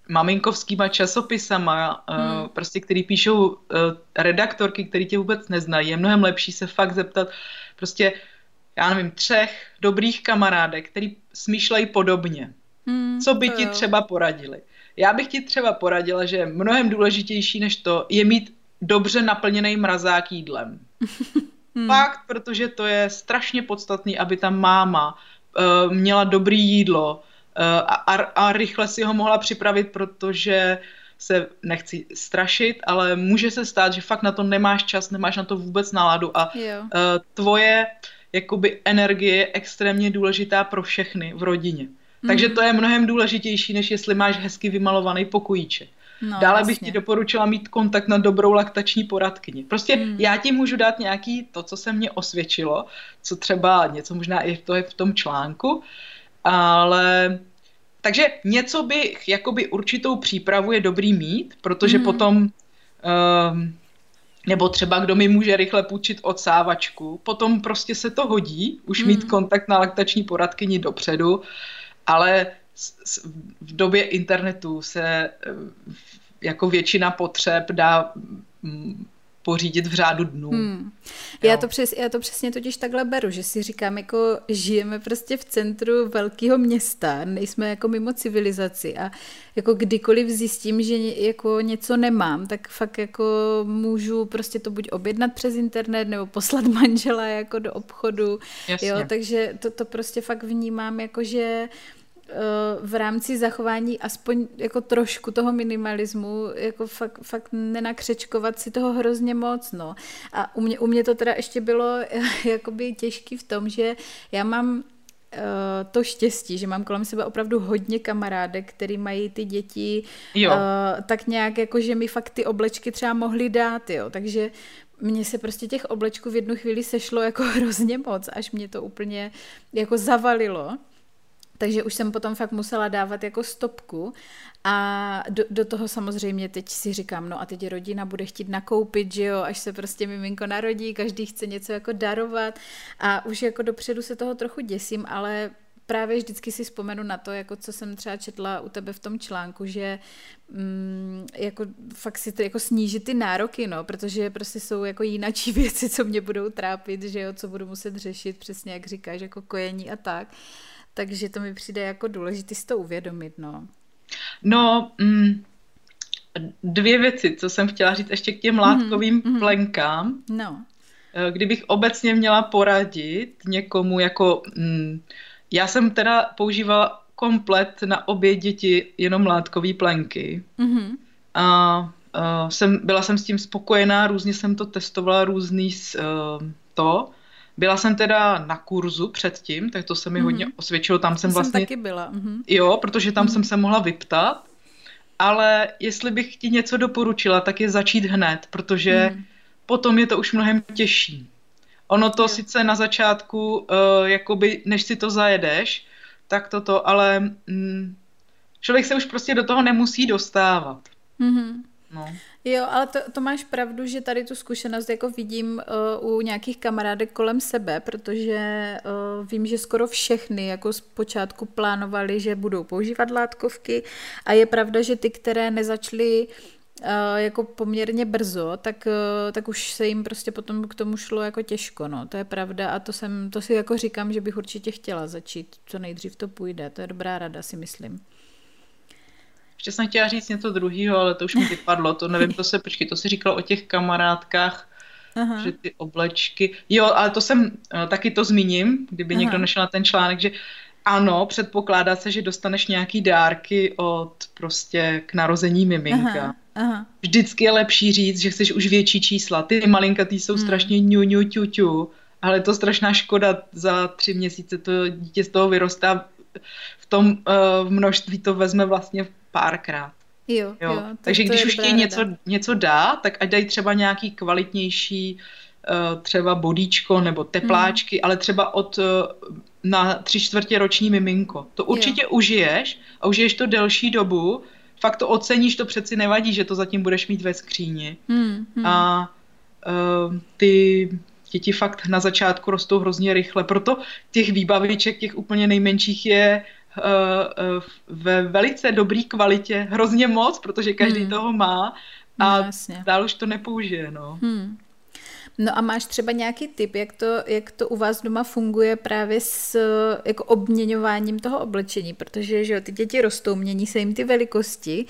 Speaker 3: maminkovskýma časopisama, hmm. uh, prostě, který píšou uh, redaktorky, který tě vůbec neznají. Je mnohem lepší se fakt zeptat prostě, já nevím, třech dobrých kamarádek, který smýšlejí podobně. Hmm, Co by ti jo. třeba poradili? Já bych ti třeba poradila, že mnohem důležitější než to je mít dobře naplněný mrazák jídlem. Hmm. Fakt, protože to je strašně podstatný, aby ta máma uh, měla dobrý jídlo uh, a, a rychle si ho mohla připravit, protože se nechci strašit, ale může se stát, že fakt na to nemáš čas, nemáš na to vůbec náladu a uh, tvoje jakoby energie je extrémně důležitá pro všechny v rodině. Hmm. Takže to je mnohem důležitější, než jestli máš hezky vymalovaný pokojíček. No, Dále bych ti doporučila mít kontakt na dobrou laktační poradkyni. Prostě hmm. já ti můžu dát nějaký to, co se mně osvědčilo, co třeba něco možná i to je v tom článku, ale takže něco bych, jakoby určitou přípravu je dobrý mít, protože hmm. potom um, nebo třeba kdo mi může rychle půjčit odsávačku, potom prostě se to hodí, už hmm. mít kontakt na laktační poradkyni dopředu, ale v době internetu se jako většina potřeb dá pořídit v řádu dnů. Hmm.
Speaker 2: Já, to přes, já to přesně totiž takhle beru, že si říkám, jako žijeme prostě v centru velkého města, nejsme jako mimo civilizaci a jako kdykoliv zjistím, že jako něco nemám, tak fakt jako můžu prostě to buď objednat přes internet nebo poslat manžela jako do obchodu. Jo, takže to, to prostě fakt vnímám jako, že v rámci zachování aspoň jako trošku toho minimalismu, jako fakt, fakt nenakřečkovat si toho hrozně moc, no. A u mě, u mě to teda ještě bylo jakoby těžký v tom, že já mám uh, to štěstí, že mám kolem sebe opravdu hodně kamarádek, který mají ty děti uh, tak nějak jako, že mi fakt ty oblečky třeba mohli dát, jo, takže mně se prostě těch oblečků v jednu chvíli sešlo jako hrozně moc, až mě to úplně jako zavalilo. Takže už jsem potom fakt musela dávat jako stopku a do, do toho samozřejmě teď si říkám, no a teď rodina bude chtít nakoupit, že jo, až se prostě miminko narodí, každý chce něco jako darovat a už jako dopředu se toho trochu děsím, ale právě vždycky si vzpomenu na to, jako co jsem třeba četla u tebe v tom článku, že mm, jako fakt si to jako snížit ty nároky, no, protože prostě jsou jako jinačí věci, co mě budou trápit, že jo, co budu muset řešit, přesně jak říkáš, jako kojení a tak. Takže to mi přijde jako důležité si to uvědomit, no.
Speaker 3: No, mm, dvě věci, co jsem chtěla říct ještě k těm látkovým mm-hmm. plenkám.
Speaker 2: No.
Speaker 3: Kdybych obecně měla poradit někomu, jako mm, já jsem teda používala komplet na obě děti jenom látkové plenky. Mm-hmm. A, a jsem, byla jsem s tím spokojená, různě jsem to testovala, různý uh, to. Byla jsem teda na kurzu předtím, tak to se mi mm-hmm. hodně osvědčilo. Tam jsem
Speaker 2: to
Speaker 3: vlastně...
Speaker 2: jsem taky byla. Mm-hmm.
Speaker 3: Jo, protože tam mm-hmm. jsem se mohla vyptat. Ale jestli bych ti něco doporučila, tak je začít hned, protože mm-hmm. potom je to už mnohem těžší. Ono to jo. sice na začátku, uh, jakoby, než si to zajedeš, tak toto, ale mm, člověk se už prostě do toho nemusí dostávat.
Speaker 2: Mm-hmm. No. Jo, ale to, to máš pravdu, že tady tu zkušenost jako vidím uh, u nějakých kamarádek kolem sebe, protože uh, vím, že skoro všechny jako zpočátku plánovali, že budou používat látkovky a je pravda, že ty, které nezačly uh, jako poměrně brzo, tak, uh, tak už se jim prostě potom k tomu šlo jako těžko, no, to je pravda a to, jsem, to si jako říkám, že bych určitě chtěla začít, co nejdřív to půjde, to je dobrá rada, si myslím.
Speaker 3: Ještě jsem chtěla říct něco druhého, ale to už mi vypadlo. To nevím, to se, počkej, to si říkal o těch kamarádkách, aha. že ty oblečky. Jo, ale to jsem, taky to zmíním, kdyby aha. někdo nešel na ten článek, že ano, předpokládá se, že dostaneš nějaký dárky od prostě k narození miminka.
Speaker 2: Aha. Aha.
Speaker 3: Vždycky je lepší říct, že chceš už větší čísla. Ty malinkatý jsou hmm. strašně ňu, ňu, ťu, ťu, ale je to strašná škoda, za tři měsíce to dítě z toho vyrostá v tom uh, množství to vezme vlastně párkrát.
Speaker 2: Jo, jo. jo
Speaker 3: Takže když už chtějí něco, něco dá, tak ať dají třeba nějaký kvalitnější uh, třeba bodíčko nebo tepláčky, mm. ale třeba od uh, na tři čtvrtě roční miminko. To určitě jo. užiješ a užiješ to delší dobu. Fakt to oceníš, to přeci nevadí, že to zatím budeš mít ve skříni. Mm, mm. A uh, ty děti fakt na začátku rostou hrozně rychle. Proto těch výbaviček, těch úplně nejmenších je ve velice dobrý kvalitě, hrozně moc, protože každý hmm. toho má a no, dál už to nepoužije. No.
Speaker 2: Hmm. No a máš třeba nějaký tip, jak to, jak to u vás doma funguje právě s jako obměňováním toho oblečení, protože že jo, ty děti rostou, mění se jim ty velikosti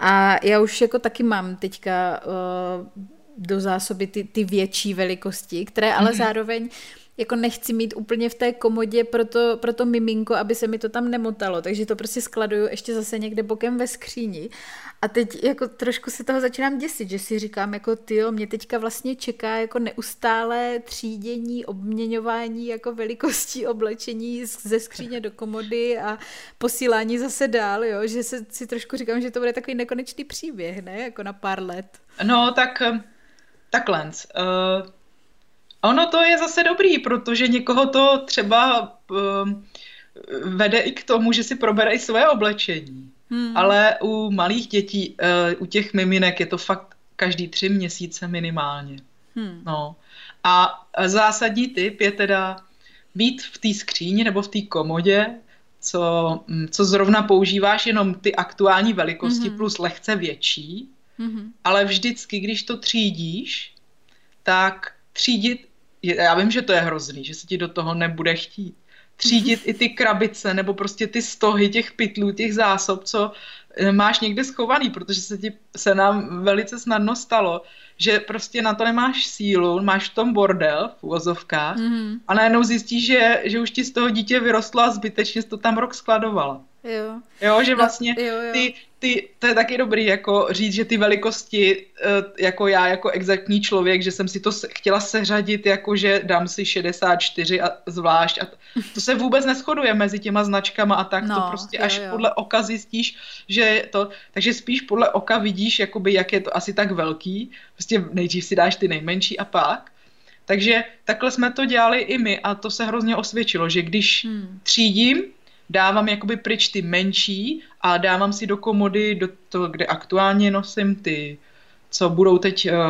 Speaker 2: a já už jako taky mám teďka uh, do zásoby ty, ty větší velikosti, které ale mm-hmm. zároveň jako nechci mít úplně v té komodě pro to, pro to miminko, aby se mi to tam nemotalo, takže to prostě skladuju ještě zase někde bokem ve skříni. A teď jako trošku se toho začínám děsit, že si říkám, jako tyjo, mě teďka vlastně čeká jako neustále třídění, obměňování jako velikostí oblečení ze skříně do komody a posílání zase dál, jo, že se, si trošku říkám, že to bude takový nekonečný příběh, ne, jako na pár let.
Speaker 3: No, tak takhle. Uh... Ono to je zase dobrý, protože někoho to třeba um, vede i k tomu, že si proberají své oblečení. Hmm. Ale u malých dětí, uh, u těch miminek je to fakt každý tři měsíce minimálně. Hmm. No. A zásadní tip je teda být v té skříni nebo v té komodě, co, co zrovna používáš, jenom ty aktuální velikosti hmm. plus lehce větší, hmm. ale vždycky, když to třídíš, tak třídit, já vím, že to je hrozný, že se ti do toho nebude chtít, třídit i ty krabice nebo prostě ty stohy těch pytlů, těch zásob, co máš někde schovaný, protože se, ti, se nám velice snadno stalo, že prostě na to nemáš sílu, máš v tom bordel v uvozovkách mm-hmm. a najednou zjistíš, že, že už ti z toho dítě vyrostlo a zbytečně jsi to tam rok skladovala.
Speaker 2: Jo.
Speaker 3: Jo, že vlastně no, jo, jo. Ty, ty, to je taky dobrý jako říct, že ty velikosti, jako já, jako exaktní člověk, že jsem si to chtěla seřadit, jako že dám si šedesát čtyři a zvlášť a to se vůbec neshoduje mezi těma značkama a tak, no, to prostě jo, až jo. podle oka zjistíš, že to, takže spíš podle oka vidíš, jakoby, jak je to asi tak velký, prostě nejdřív si dáš ty nejmenší a pak. Takže takhle jsme to dělali i my a to se hrozně osvědčilo, že když hmm. třídím, dávám jakoby pryč ty menší a dávám si do komody, do toho, kde aktuálně nosím ty, co budou teď uh,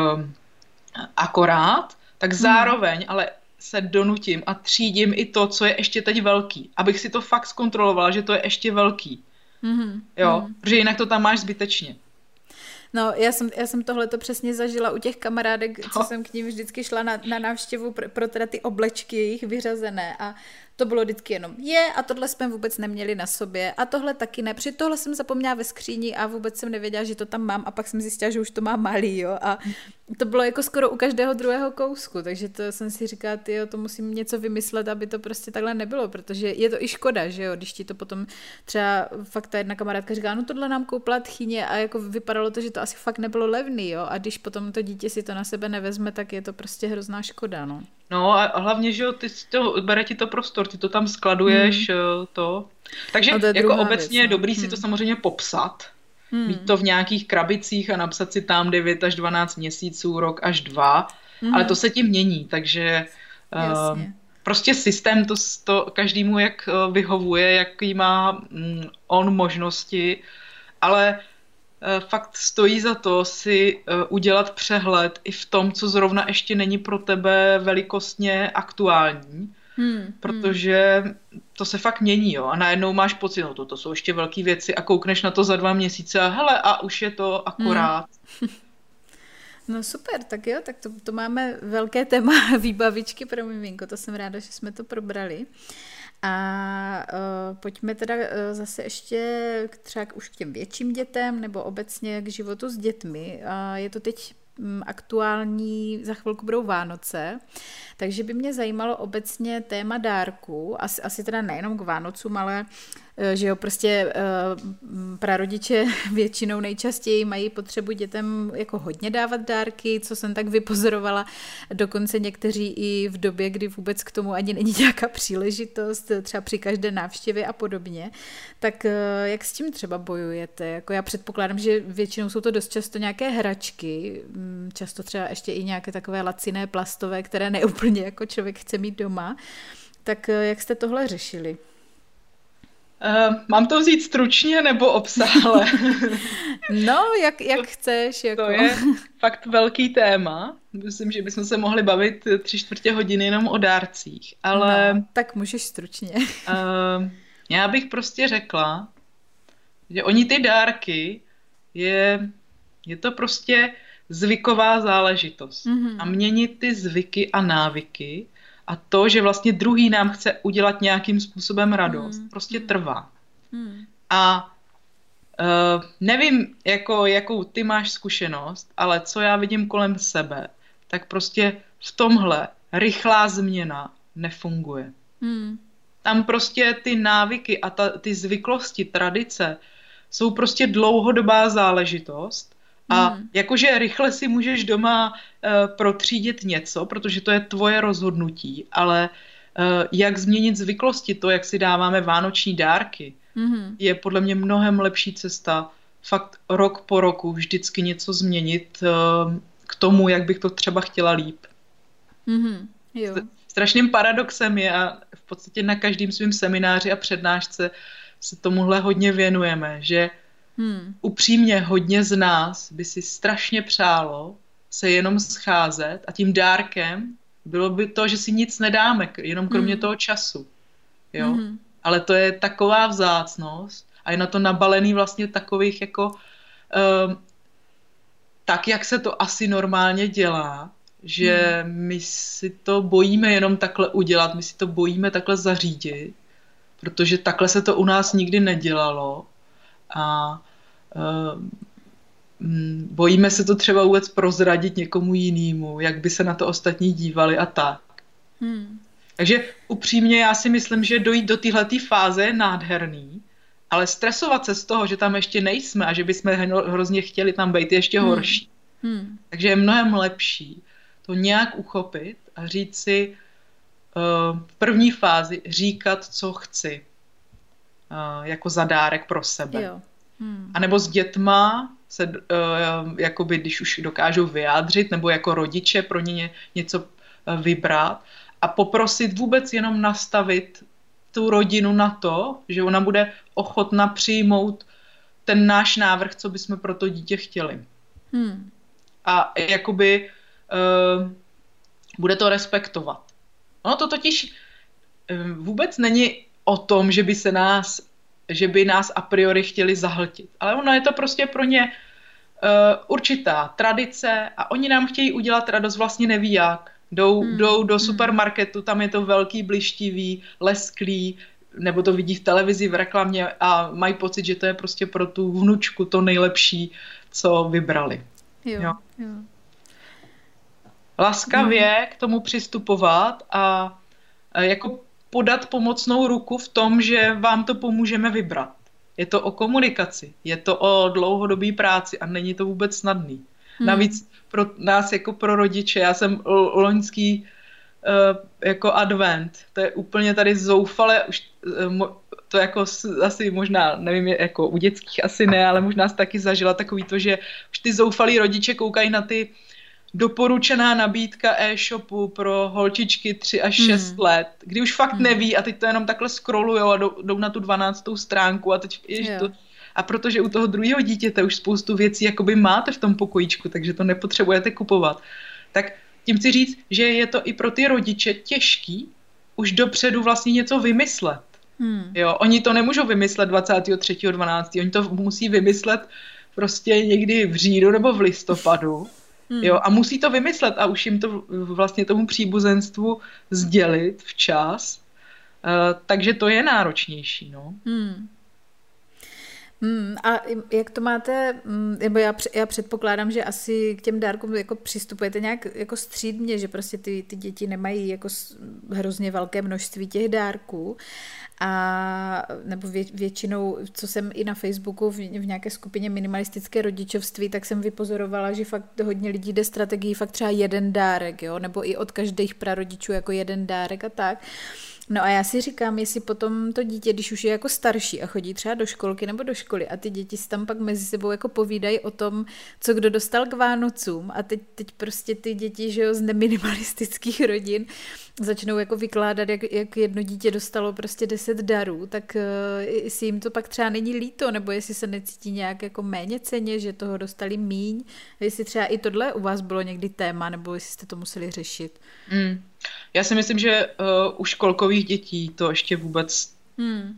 Speaker 3: akorát, tak hmm. zároveň ale se donutím a třídím i to, co je ještě teď velký, abych si to fakt zkontrolovala, že to je ještě velký. Hmm. Jo, hmm. protože jinak to tam máš zbytečně.
Speaker 2: No, já jsem, já jsem tohleto přesně zažila u těch kamarádek, co jsem k ním vždycky šla na, na návštěvu pro, pro teda ty oblečky jejich vyřazené a to bylo vždycky jenom je a tohle jsme vůbec neměli na sobě a tohle taky ne, protože tohle jsem zapomněla ve skříni a vůbec jsem nevěděla, že to tam mám a pak jsem zjistila, že už to má malý, jo, a to bylo jako skoro u každého druhého kousku, takže to jsem si říkala, tyjo, to musím něco vymyslet, aby to prostě takhle nebylo, protože je to i škoda, že jo, když ti to potom třeba fakt ta jedna kamarádka říká, no tohle nám koupila tchyně a jako vypadalo to, že to asi fakt nebylo levný, jo, a když potom to dítě si to na sebe nevezme, tak je to prostě hrozná škoda, no.
Speaker 3: No a hlavně, že jo, ty to, bere ti to prostor, ty to tam skladuješ, hmm. to. Takže no to jako obecně věc, je dobrý hmm. si to samozřejmě popsat, hmm. mít to v nějakých krabicích a napsat si tam devět až dvanáct měsíců, rok až dva, hmm. ale to se tím mění, takže uh, prostě systém to, to každému jak vyhovuje, jaký má mm, on možnosti, ale fakt stojí za to si udělat přehled i v tom, co zrovna ještě není pro tebe velikostně aktuální, hmm, protože hmm. to se fakt mění, jo, a najednou máš pocit, no to, to jsou ještě velké věci a koukneš na to za dva měsíce a hele, a už je to akorát. Hmm.
Speaker 2: No super, tak jo, tak to, to máme velké téma výbavičky pro miminko, to jsem ráda, že jsme to probrali. A uh, pojďme teda uh, zase ještě k, třeba už k těm větším dětem nebo obecně k životu s dětmi. Uh, je to teď um, aktuální, za chvilku budou Vánoce, takže by mě zajímalo obecně téma dárků, asi, asi teda nejenom k Vánocům, ale že jo, prostě uh, prarodiče většinou nejčastěji mají potřebu dětem jako hodně dávat dárky, co jsem tak vypozorovala, dokonce někteří i v době, kdy vůbec k tomu ani není nějaká příležitost, třeba při každé návštěvě a podobně. Tak uh, jak s tím třeba bojujete? Jako já předpokládám, že většinou jsou to dost často nějaké hračky, často třeba ještě i nějaké takové laciné plastové, které neúplně jako člověk chce mít doma. Tak uh, jak jste tohle řešili?
Speaker 3: Uh, mám to vzít stručně nebo obsáhle?
Speaker 2: No, jak, jak to, chceš. Jako.
Speaker 3: To je fakt velký téma. Myslím, že bychom se mohli bavit tři čtvrtě hodiny jenom o dárcích. Ale,
Speaker 2: no, tak můžeš stručně.
Speaker 3: Uh, Já bych prostě řekla, že oni ty dárky, je, je to prostě zvyková záležitost. Mm-hmm. A měnit ty zvyky a návyky a to, že vlastně druhý nám chce udělat nějakým způsobem radost, mm-hmm. prostě trvá. Mm-hmm. A uh, nevím, jako, jakou ty máš zkušenost, ale co já vidím kolem sebe, tak prostě v tomhle rychlá změna nefunguje. Mm. Tam prostě ty návyky a ta, ty zvyklosti, tradice jsou prostě dlouhodobá záležitost a mm. jakože rychle si můžeš doma uh, protřídit něco, protože to je tvoje rozhodnutí, ale uh, jak změnit zvyklosti, to, jak si dáváme vánoční dárky, mm. je podle mě mnohem lepší cesta fakt rok po roku vždycky něco změnit uh, k tomu, jak bych to třeba chtěla líp.
Speaker 2: Mm. Jo.
Speaker 3: Strašným paradoxem je, a v podstatě na každém svém semináři a přednášce se tomuhle hodně věnujeme, že hmm. upřímně hodně z nás by si strašně přálo se jenom scházet a tím dárkem bylo by to, že si nic nedáme, jenom kromě hmm. toho času. Jo? Hmm. Ale to je taková vzácnost a je na to nabalený vlastně takových jako um, tak, jak se to asi normálně dělá, že hmm. my si to bojíme jenom takhle udělat, my si to bojíme takhle zařídit, protože takhle se to u nás nikdy nedělalo a uh, bojíme se to třeba vůbec prozradit někomu jinému, jak by se na to ostatní dívali a tak. Hmm. Takže upřímně já si myslím, že dojít do téhletý fáze je nádherný, ale stresovat se z toho, že tam ještě nejsme a že bychom hrozně chtěli tam být, je ještě horší. Hmm. Hmm. Takže je mnohem lepší to nějak uchopit a říct si uh, v první fázi říkat, co chci. Uh, jako zadárek pro sebe.
Speaker 2: Jo. Hmm.
Speaker 3: A nebo s dětma se, uh, jakoby, když už dokážou vyjádřit, nebo jako rodiče pro ně něco uh, vybrat a poprosit vůbec jenom nastavit tu rodinu na to, že ona bude ochotna přijmout ten náš návrh, co bychom pro to dítě chtěli. Hmm. A jakoby uh, bude to respektovat. Ono to totiž uh, vůbec není o tom, že by se nás, že by nás a priori chtěli zahltit. Ale ono je to prostě pro ně uh, určitá tradice a oni nám chtějí udělat radost, vlastně neví jak. Jdou, hmm. jdou do supermarketu, tam je to velký, blištivý, lesklý, nebo to vidí v televizi, v reklamě a mají pocit, že to je prostě pro tu vnučku to nejlepší, co vybrali.
Speaker 2: Jo, jo. jo.
Speaker 3: Laskavě hmm. k tomu přistupovat a, a jako podat pomocnou ruku v tom, že vám to pomůžeme vybrat. Je to o komunikaci, je to o dlouhodobé práci a není to vůbec snadný. Hmm. Navíc pro nás jako pro rodiče, já jsem loňský uh, jako advent, to je úplně tady zoufale, už uh, to jako asi možná, nevím, jako u dětských asi ne, ale možná jsi taky zažila takový to, že už ty zoufalí rodiče koukají na ty doporučená nabídka e-shopu pro holčičky tři až šest hmm. let, kdy už fakt hmm. neví a teď to jenom takhle scrollujou a jdou, jdou na tu dvanáctou stránku a teď jež to... A protože u toho druhého dítěte už spoustu věcí jakoby máte v tom pokojíčku, takže to nepotřebujete kupovat. Tak tím chci říct, že je to i pro ty rodiče těžký už dopředu vlastně něco vymyslet. Hmm. Jo, oni to nemůžou vymyslet dvacátého třetího dvanáctého Oni to musí vymyslet prostě někdy v říjnu nebo v listopadu. Hmm. Jo, a musí to vymyslet a už jim to vlastně tomu příbuzenstvu sdělit včas. Uh, takže to je náročnější, no.
Speaker 2: Hmm. Hmm, a jak to máte, nebo já, já předpokládám, že asi k těm dárkům jako přistupujete nějak jako střídmě, že prostě ty, ty děti nemají jako hrozně velké množství těch dárků a nebo vě, většinou, co jsem i na Facebooku v, v nějaké skupině minimalistické rodičovství, tak jsem vypozorovala, že fakt hodně lidí jde strategii fakt třeba jeden dárek, jo, nebo i od každých prarodičů jako jeden dárek a tak. No a já si říkám, jestli potom to dítě, když už je jako starší a chodí třeba do školky nebo do školy a ty děti si tam pak mezi sebou jako povídají o tom, co kdo dostal k Vánocům a teď, teď prostě ty děti, že jo, z neminimalistických rodin začnou jako vykládat, jak, jak jedno dítě dostalo prostě deset darů, tak uh, jestli jim to pak třeba není líto, nebo jestli se necítí nějak jako méně cenně, že toho dostali míň, jestli třeba i tohle u vás bylo někdy téma, nebo jestli jste to museli řešit.
Speaker 3: Mm. Já si myslím, že uh, u školkových dětí to ještě vůbec hmm.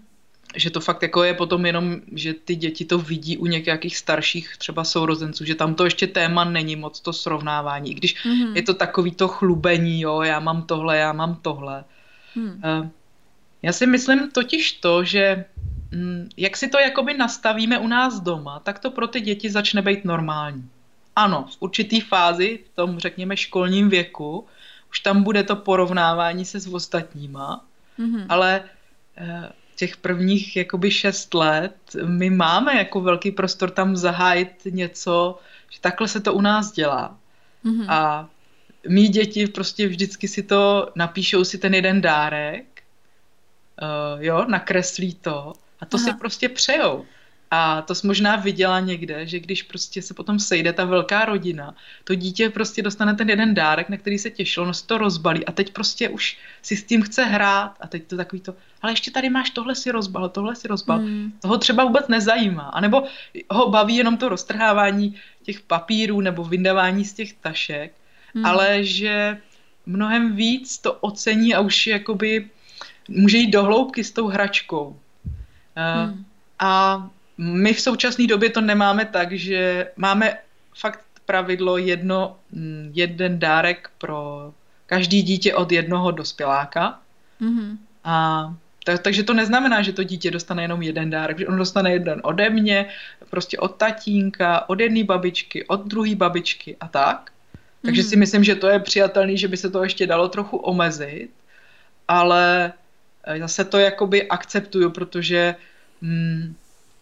Speaker 3: že to fakt jako je potom jenom, že ty děti to vidí u nějakých starších třeba sourozenců, že tam to ještě téma není moc to srovnávání, i když mm-hmm. je to takový to chlubení, jo, já mám tohle, já mám tohle. Mm. Já si myslím totiž to, že jak si to jakoby nastavíme u nás doma, tak to pro ty děti začne být normální. Ano, v určitý fázi, v tom řekněme školním věku, už tam bude to porovnávání se s ostatníma, mm-hmm. ale těch prvních jakoby šest let my máme jako velký prostor tam zahájit něco, že takhle se to u nás dělá. Mm-hmm. A mý děti prostě vždycky si to, napíšou si ten jeden dárek, uh, jo, nakreslí to a to Aha. si prostě přejou. A to jsi možná viděla někde, že když prostě se potom sejde ta velká rodina, to dítě prostě dostane ten jeden dárek, na který se těšilo, no se to rozbalí a teď prostě už si s tím chce hrát a teď to takový to, ale ještě tady máš tohle si rozbal, tohle si rozbal. Hmm. Toho třeba vůbec nezajímá. A nebo ho baví jenom to roztrhávání těch papírů nebo vyndávání z těch tašek, hmm. ale že mnohem víc to ocení a už jakoby může jít do hloubky s tou hračkou. Hmm. Uh, a my v současné době to nemáme tak, že máme fakt pravidlo jedno, jeden dárek pro každý dítě od jednoho dospěláka. Mm-hmm. A tak, takže to neznamená, že to dítě dostane jenom jeden dárek, že on dostane jeden ode mě, prostě od tatínka, od jedné babičky, od druhé babičky a tak. Takže mm-hmm. si myslím, že to je přijatelný, že by se to ještě dalo trochu omezit, ale zase to jakoby akceptuju, protože mm,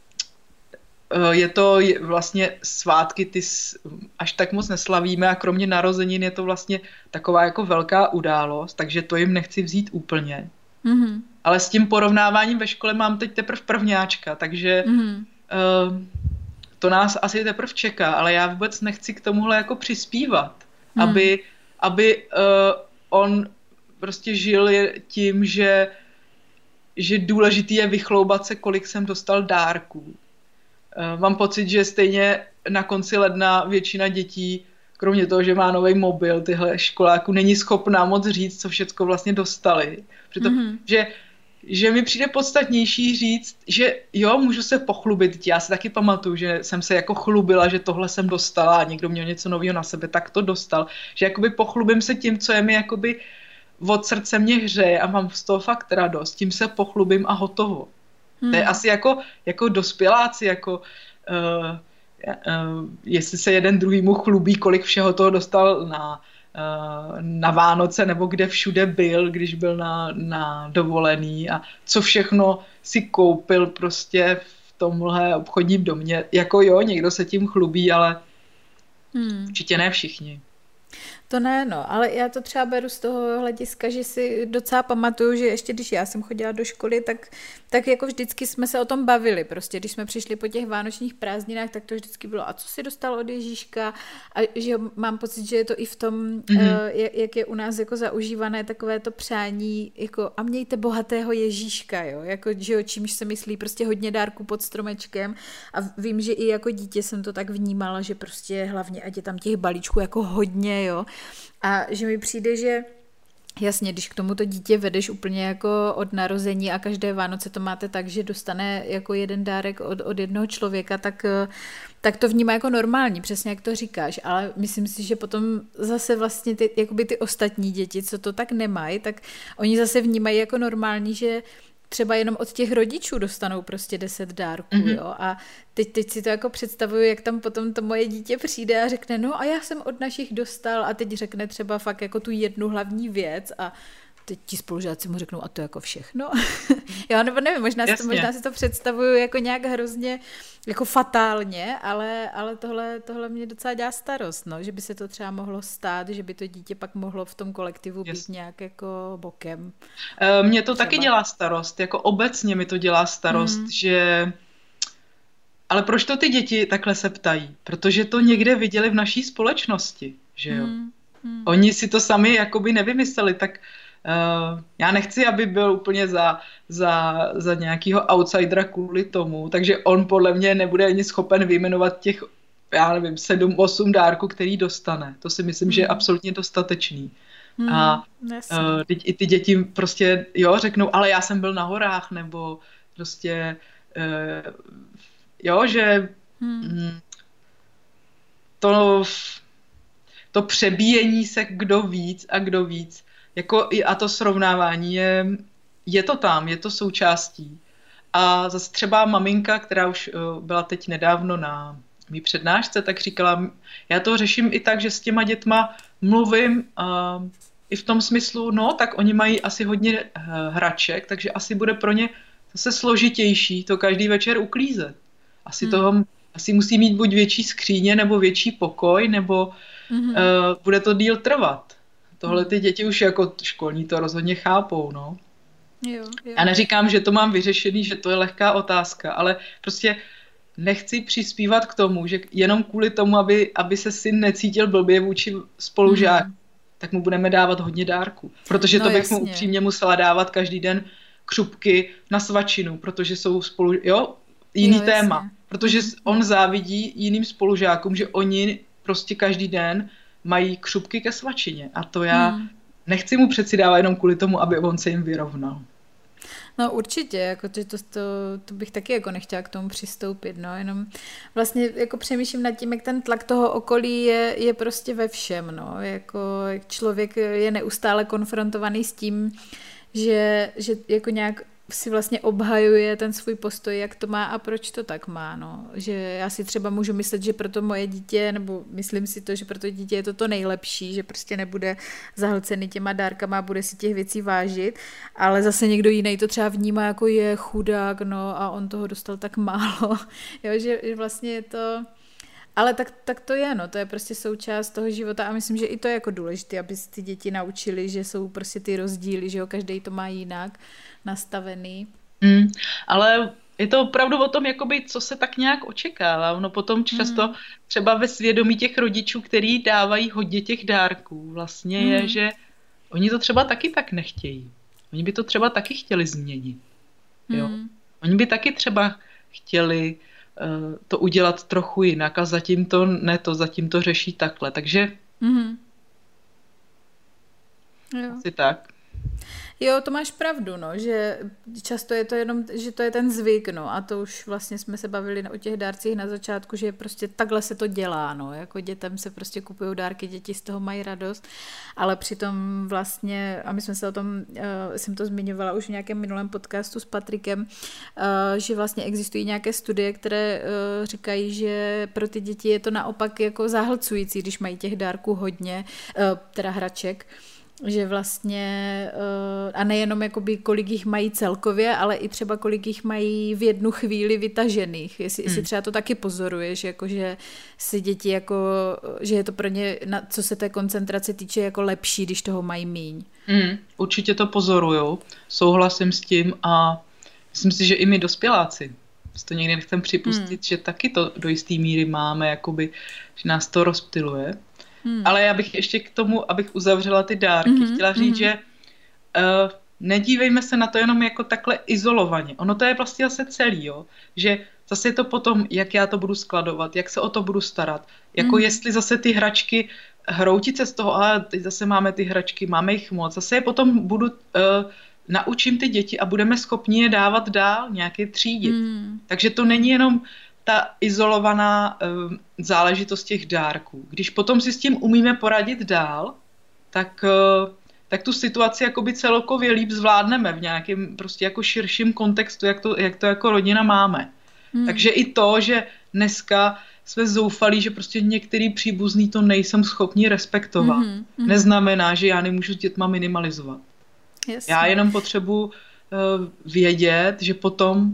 Speaker 3: je to vlastně svátky, ty až tak moc neslavíme a kromě narozenin je to vlastně taková jako velká událost, takže to jim nechci vzít úplně. Mm-hmm. Ale s tím porovnáváním ve škole mám teď teprve prvňáčka, takže mm-hmm. uh, to nás asi teprve čeká, ale já vůbec nechci k tomuhle jako přispívat, mm. aby, aby uh, on prostě žil tím, že, že důležitý je vychloubat se, kolik jsem dostal dárků. Mám pocit, že stejně na konci ledna většina dětí, kromě toho, že má nový mobil, tyhle školáků, není schopná moc říct, co všecko vlastně dostali. Proto, mm-hmm. že, že mi přijde podstatnější říct, že jo, můžu se pochlubit. Já si taky pamatuju, že jsem se jako chlubila, že tohle jsem dostala a někdo měl něco nového na sebe, tak to dostal. Že jakoby pochlubím se tím, co je mi jakoby od srdce mě hřeje a mám z toho fakt radost. Tím se pochlubím a hotovo. Hmm. To je asi jako, jako dospěláci, jako uh, uh, jestli se jeden druhýmu chlubí, kolik všeho toho dostal na, uh, na Vánoce, nebo kde všude byl, když byl na, na dovolený a co všechno si koupil prostě v tomhle obchodním domě. Jako jo, někdo se tím chlubí, ale hmm. určitě ne všichni.
Speaker 2: To ne, no, ale já to třeba beru z toho hlediska, že si docela pamatuju, že ještě když já jsem chodila do školy, tak, tak jako vždycky jsme se o tom bavili, prostě když jsme přišli po těch vánočních prázdninách, tak to vždycky bylo, a co si dostal od Ježíška, a že mám pocit, že je to i v tom, mm-hmm. uh, jak je u nás jako zaužívané takové to přání, jako a mějte bohatého Ježíška, jo, jako, že jo, čímž se myslí prostě hodně dárků pod stromečkem a vím, že i jako dítě jsem to tak vnímala, že prostě hlavně, ať je tam těch balíčků jako hodně, jo, a že mi přijde, že jasně, když k tomuto dítě vedeš úplně jako od narození a každé Vánoce to máte tak, že dostane jako jeden dárek od, od jednoho člověka, tak, tak to vnímá jako normální, přesně jak to říkáš, ale myslím si, že potom zase vlastně ty, jakoby ty ostatní děti, co to tak nemají, tak oni zase vnímají jako normální, že třeba jenom od těch rodičů dostanou prostě deset dárků, mm-hmm. jo, a teď, teď si to jako představuju, jak tam potom to moje dítě přijde a řekne, no a já jsem od našich dostal a teď řekne třeba fakt jako tu jednu hlavní věc a teď ti spolužáci mu řeknou, a to jako všechno. Jo, nebo nevím, možná si, to, možná si to představuju jako nějak hrozně jako fatálně, ale, ale tohle, tohle mě docela dělá starost, no, že by se to třeba mohlo stát, že by to dítě pak mohlo v tom kolektivu být yes. nějak jako bokem.
Speaker 3: Mně to třeba taky dělá starost, jako obecně mi to dělá starost, hmm. že ale proč to ty děti takhle se ptají? Protože to někde viděli v naší společnosti, že jo? Hmm. Hmm. Oni si to sami jakoby nevymysleli, tak Uh, já nechci, aby byl úplně za, za, za nějakého outsidera kvůli tomu, takže on podle mě nebude ani schopen vyjmenovat těch, já nevím, sedm, osm dárků, který dostane. To si myslím, hmm. že je absolutně dostatečný. Hmm, a uh, i ty děti prostě, jo, řeknou, ale já jsem byl na horách, nebo Prostě, uh, jo, že hmm. to, to přebíjení se kdo víc a kdo víc, jako a to srovnávání je, je to tam, je to součástí. A zase třeba maminka, která už uh, byla teď nedávno na mý přednášce, tak říkala, já to řeším i tak, že s těma dětma mluvím uh, i v tom smyslu, no, tak oni mají asi hodně uh, hraček, takže asi bude pro ně zase složitější to každý večer uklízet. Asi hmm. toho, asi musí mít buď větší skříně, nebo větší pokoj, nebo hmm. uh, bude to díl trvat. Tohle ty děti už jako školní to rozhodně chápou, no.
Speaker 2: Jo, jo.
Speaker 3: Já neříkám, že to mám vyřešený, že to je lehká otázka, ale prostě nechci přispívat k tomu, že jenom kvůli tomu, aby, aby se syn necítil blbě vůči spolužák, mm. tak mu budeme dávat hodně dárků. Protože no, to bych jasně. mu upřímně musela dávat každý den křupky na svačinu, protože jsou spolu, jo, jiný jo, téma. Jasně. Protože on závidí jiným spolužákům, že oni prostě každý den mají křupky ke svačině. A to já mm. nechci mu přeci dávat jenom kvůli tomu, aby on se jim vyrovnal.
Speaker 2: No určitě, jako to, to, to, to bych taky jako nechtěla k tomu přistoupit, no, jenom vlastně jako přemýšlím nad tím, jak ten tlak toho okolí je, je prostě ve všem, no, jako jak člověk je neustále konfrontovaný s tím, že, že jako nějak si vlastně obhajuje ten svůj postoj, jak to má a proč to tak má, no. Že já si třeba můžu myslet, že pro to moje dítě, nebo myslím si to, že pro to dítě je to to nejlepší, že prostě nebude zahlcený těma dárkama a bude si těch věcí vážit, ale zase někdo jiný to třeba vnímá jako je chudák, no a on toho dostal tak málo, jo, že, že vlastně je to... Ale tak, tak to je, no, to je prostě součást toho života a myslím, že i to je jako důležité, aby ty děti naučili, že jsou prostě ty rozdíly, že jo, každý to má jinak nastavený.
Speaker 3: Mm, ale je to opravdu o tom, jakoby, co se tak nějak očekává. Ono potom často mm. třeba ve svědomí těch rodičů, který dávají hodně těch dárků, vlastně mm. je, že oni to třeba taky tak nechtějí. Oni by to třeba taky chtěli změnit. Jo? Mm. Oni by taky třeba chtěli to udělat trochu jinak a zatím to ne to, zatím to řeší takhle. Takže mm-hmm.
Speaker 2: jo.
Speaker 3: asi tak.
Speaker 2: Jo, to máš pravdu, no, že často je to jenom, že to je ten zvyk, no, a to už vlastně jsme se bavili o těch dárcích na začátku, že prostě takhle se to dělá, no, jako dětem se prostě kupují dárky, děti z toho mají radost, ale přitom vlastně, a my jsme se o tom, uh, jsem to zmiňovala už v nějakém minulém podcastu s Patrikem, uh, že vlastně existují nějaké studie, které uh, říkají, že pro ty děti je to naopak jako zahlcující, když mají těch dárků hodně, uh, teda hraček, že vlastně, a nejenom jakoby kolik jich mají celkově, ale i třeba kolik jich mají v jednu chvíli vytažených. Jestli, hmm. jestli třeba to taky pozoruješ, jako že si děti jako, že je to pro ně, na, co se té koncentrace týče, jako lepší, když toho mají míň.
Speaker 3: Hmm, určitě to pozoruju, souhlasím s tím a myslím si, že i my dospěláci, si to někdy nechcem připustit, hmm. že taky to do jisté míry máme, jakoby, že nás to rozptyluje. Hmm. Ale já bych ještě k tomu, abych uzavřela ty dárky, mm-hmm, chtěla říct, mm-hmm. že uh, nedívejme se na to jenom jako takhle izolovaně. Ono to je vlastně zase celý, jo? Že zase je to potom, jak já to budu skladovat, jak se o to budu starat. Jako mm-hmm. jestli zase ty hračky, hroutit se z toho, a teď zase máme ty hračky, máme jich moc. Zase je potom budu, uh, naučím ty děti a budeme schopni je dávat dál, nějaké třídit. Mm. Takže to není jenom ta izolovaná uh, záležitost těch dárků. Když potom si s tím umíme poradit dál, tak, uh, tak tu situaci jakoby celkově líp zvládneme v nějakém prostě jako širším kontextu, jak to, jak to jako rodina máme. Hmm. Takže i to, že dneska jsme zoufalí, že prostě některý příbuzný to nejsem schopni respektovat, hmm. Hmm. neznamená, že já nemůžu s dětma minimalizovat. Jasně. Já jenom potřebuji uh, vědět, že potom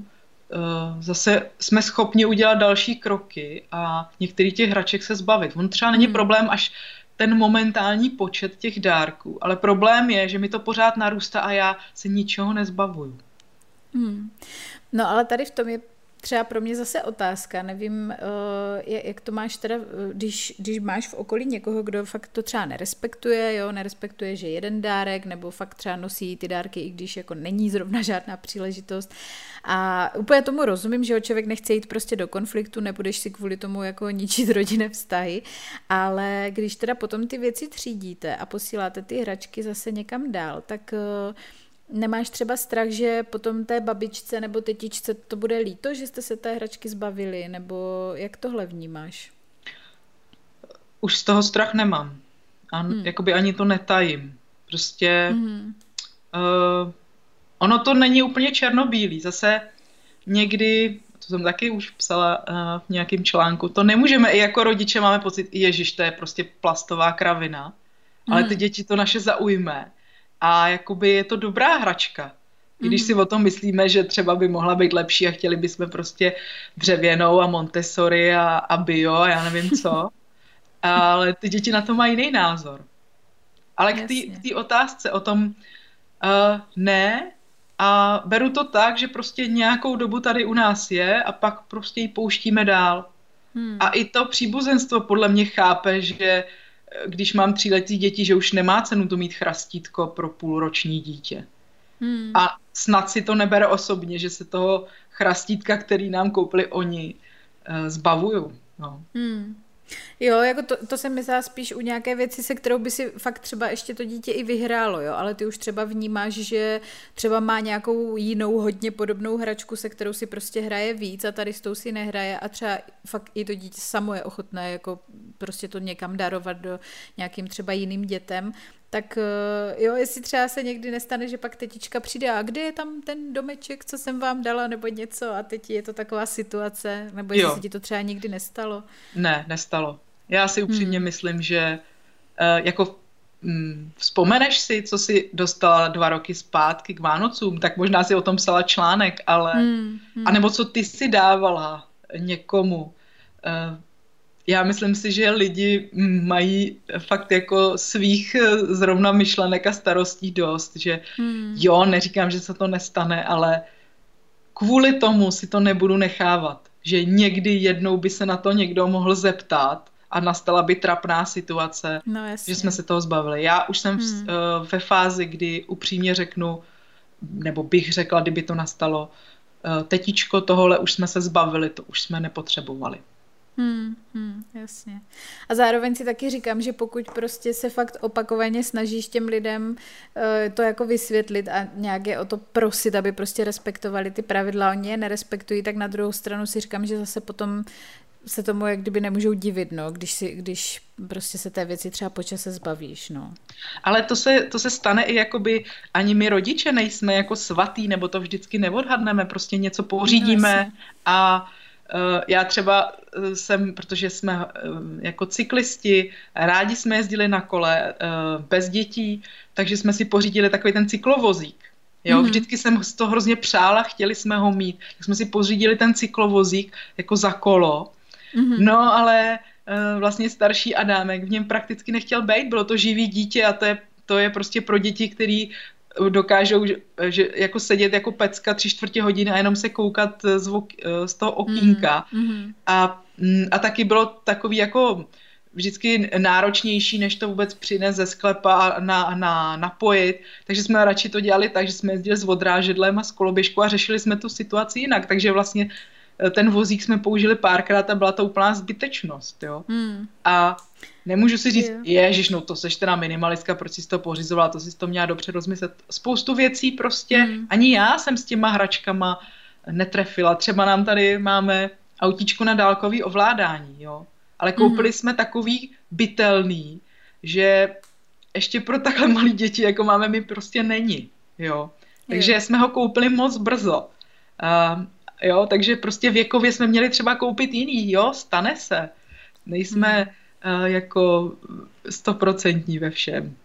Speaker 3: zase jsme schopni udělat další kroky a některých těch hraček se zbavit. On třeba není hmm. problém až ten momentální počet těch dárků, ale problém je, že mi to pořád narůstá a já se ničeho nezbavuju.
Speaker 2: Hmm. No ale tady v tom je třeba pro mě zase otázka, nevím, jak to máš teda, když, když máš v okolí někoho, kdo fakt to třeba nerespektuje, jo, nerespektuje, že jeden dárek, nebo fakt třeba nosí ty dárky, i když jako není zrovna žádná příležitost. A úplně tomu rozumím, že člověk nechce jít prostě do konfliktu, nebudeš si kvůli tomu jako ničit rodinné vztahy, ale když teda potom ty věci třídíte a posíláte ty hračky zase někam dál, tak nemáš třeba strach, že potom té babičce nebo tetičce to bude líto, že jste se té hračky zbavili, nebo jak tohle vnímáš?
Speaker 3: Už z toho strach nemám. A hmm. jakoby ani to netajím. Prostě hmm. uh, ono to není úplně černobílý. Zase někdy, to jsem taky už psala uh, v nějakém článku, to nemůžeme, i jako rodiče máme pocit, ježiš, to je prostě plastová kravina, hmm. ale ty děti to naše zaujme. A jakoby je to dobrá hračka. I když mm. si o tom myslíme, že třeba by mohla být lepší a chtěli bychom prostě dřevěnou a Montessori a, a bio a já nevím co. Ale ty děti na to mají jiný názor. Ale k té otázce o tom uh, ne a beru to tak, že prostě nějakou dobu tady u nás je a pak prostě ji pouštíme dál. Hmm. A i to příbuzenstvo podle mě chápe, že když mám tříletý děti, že už nemá cenu to mít chrastítko pro půlroční dítě. Hmm. A snad si to nebere osobně, že se toho chrastítka, který nám koupili oni, zbavuju. No.
Speaker 2: Hmm. Jo, jako to, to jsem myslela spíš u nějaké věci, se kterou by si fakt třeba ještě to dítě i vyhrálo, jo, ale ty už třeba vnímáš, že třeba má nějakou jinou hodně podobnou hračku, se kterou si prostě hraje víc a tady s tou si nehraje a třeba fakt i to dítě samo je ochotné jako prostě to někam darovat do nějakým třeba jiným dětem, tak jo, jestli třeba se někdy nestane, že pak tetička přijde a kde je tam ten domeček, co jsem vám dala, nebo něco a teď je to taková situace, nebo jestli jo. se ti to třeba nikdy nestalo?
Speaker 3: Ne, nestalo. Já si upřímně hmm. myslím, že uh, jako um, vzpomeneš si, co jsi dostala dva roky zpátky k Vánocům, tak možná si o tom psala článek, ale hmm. Hmm. anebo co ty si dávala někomu. Uh, Já myslím si, že lidi mají fakt jako svých zrovna myšlenek a starostí dost, že hmm. jo, neříkám, že se to nestane, ale kvůli tomu si to nebudu nechávat, že někdy jednou by se na to někdo mohl zeptat a nastala by trapná situace,
Speaker 2: no,
Speaker 3: že jsme se toho zbavili. Já už jsem hmm. v, ve fázi, kdy upřímně řeknu, nebo bych řekla, kdyby to nastalo, tetičko, tohle už jsme se zbavili, to už jsme nepotřebovali.
Speaker 2: Hmm, hmm, jasně. A zároveň si taky říkám, že pokud prostě se fakt opakovaně snažíš těm lidem uh, to jako vysvětlit a nějak je o to prosit, aby prostě respektovali ty pravidla, oni je nerespektují, tak na druhou stranu si říkám, že zase potom se tomu jak kdyby nemůžou divit, no, když, si, když prostě se té věci třeba po čase zbavíš, no.
Speaker 3: Ale to se, to se stane i jakoby, ani my rodiče nejsme jako svatý, nebo to vždycky neodhadneme, prostě něco pořídíme no, a Uh, já třeba uh, jsem, protože jsme uh, jako cyklisti, rádi jsme jezdili na kole uh, bez dětí, takže jsme si pořídili takový ten cyklovozík. Jo? Mm-hmm. Vždycky jsem to hrozně přála, chtěli jsme ho mít, tak jsme si pořídili ten cyklovozík jako za kolo. Mm-hmm. No ale uh, vlastně starší Adámek v něm prakticky nechtěl být, bylo to živý dítě a to je, to je prostě pro děti, který dokážou že, jako sedět jako pecka tři čtvrtě hodiny a jenom se koukat z, z toho okýnka. Mm, a, a taky bylo takový jako vždycky náročnější, než to vůbec přines ze sklepa na, na, napojit. Takže jsme radši to dělali tak, že jsme jezdili s odrážedlem a s koloběžkou a řešili jsme tu situaci jinak. Takže vlastně ten vozík jsme použili párkrát a byla to úplná zbytečnost. Jo? Mm. A nemůžu si říct, ježiš, no to seš teda minimalistka, proč jsi to pořizovala, to jsi to měla dobře rozmyslet. Spoustu věcí prostě, mm. ani já jsem s těma hračkama netrefila. Třeba nám tady máme autíčko na dálkový ovládání, jo. Ale koupili mm. jsme takový bytelný, že ještě pro takhle malý děti, jako máme my, prostě není, jo. Takže je. jsme ho koupili moc brzo. Uh, jo, takže prostě věkově jsme měli třeba koupit jiný, jo, stane se. Nejsme... Mm. jako stoprocentní ve všem.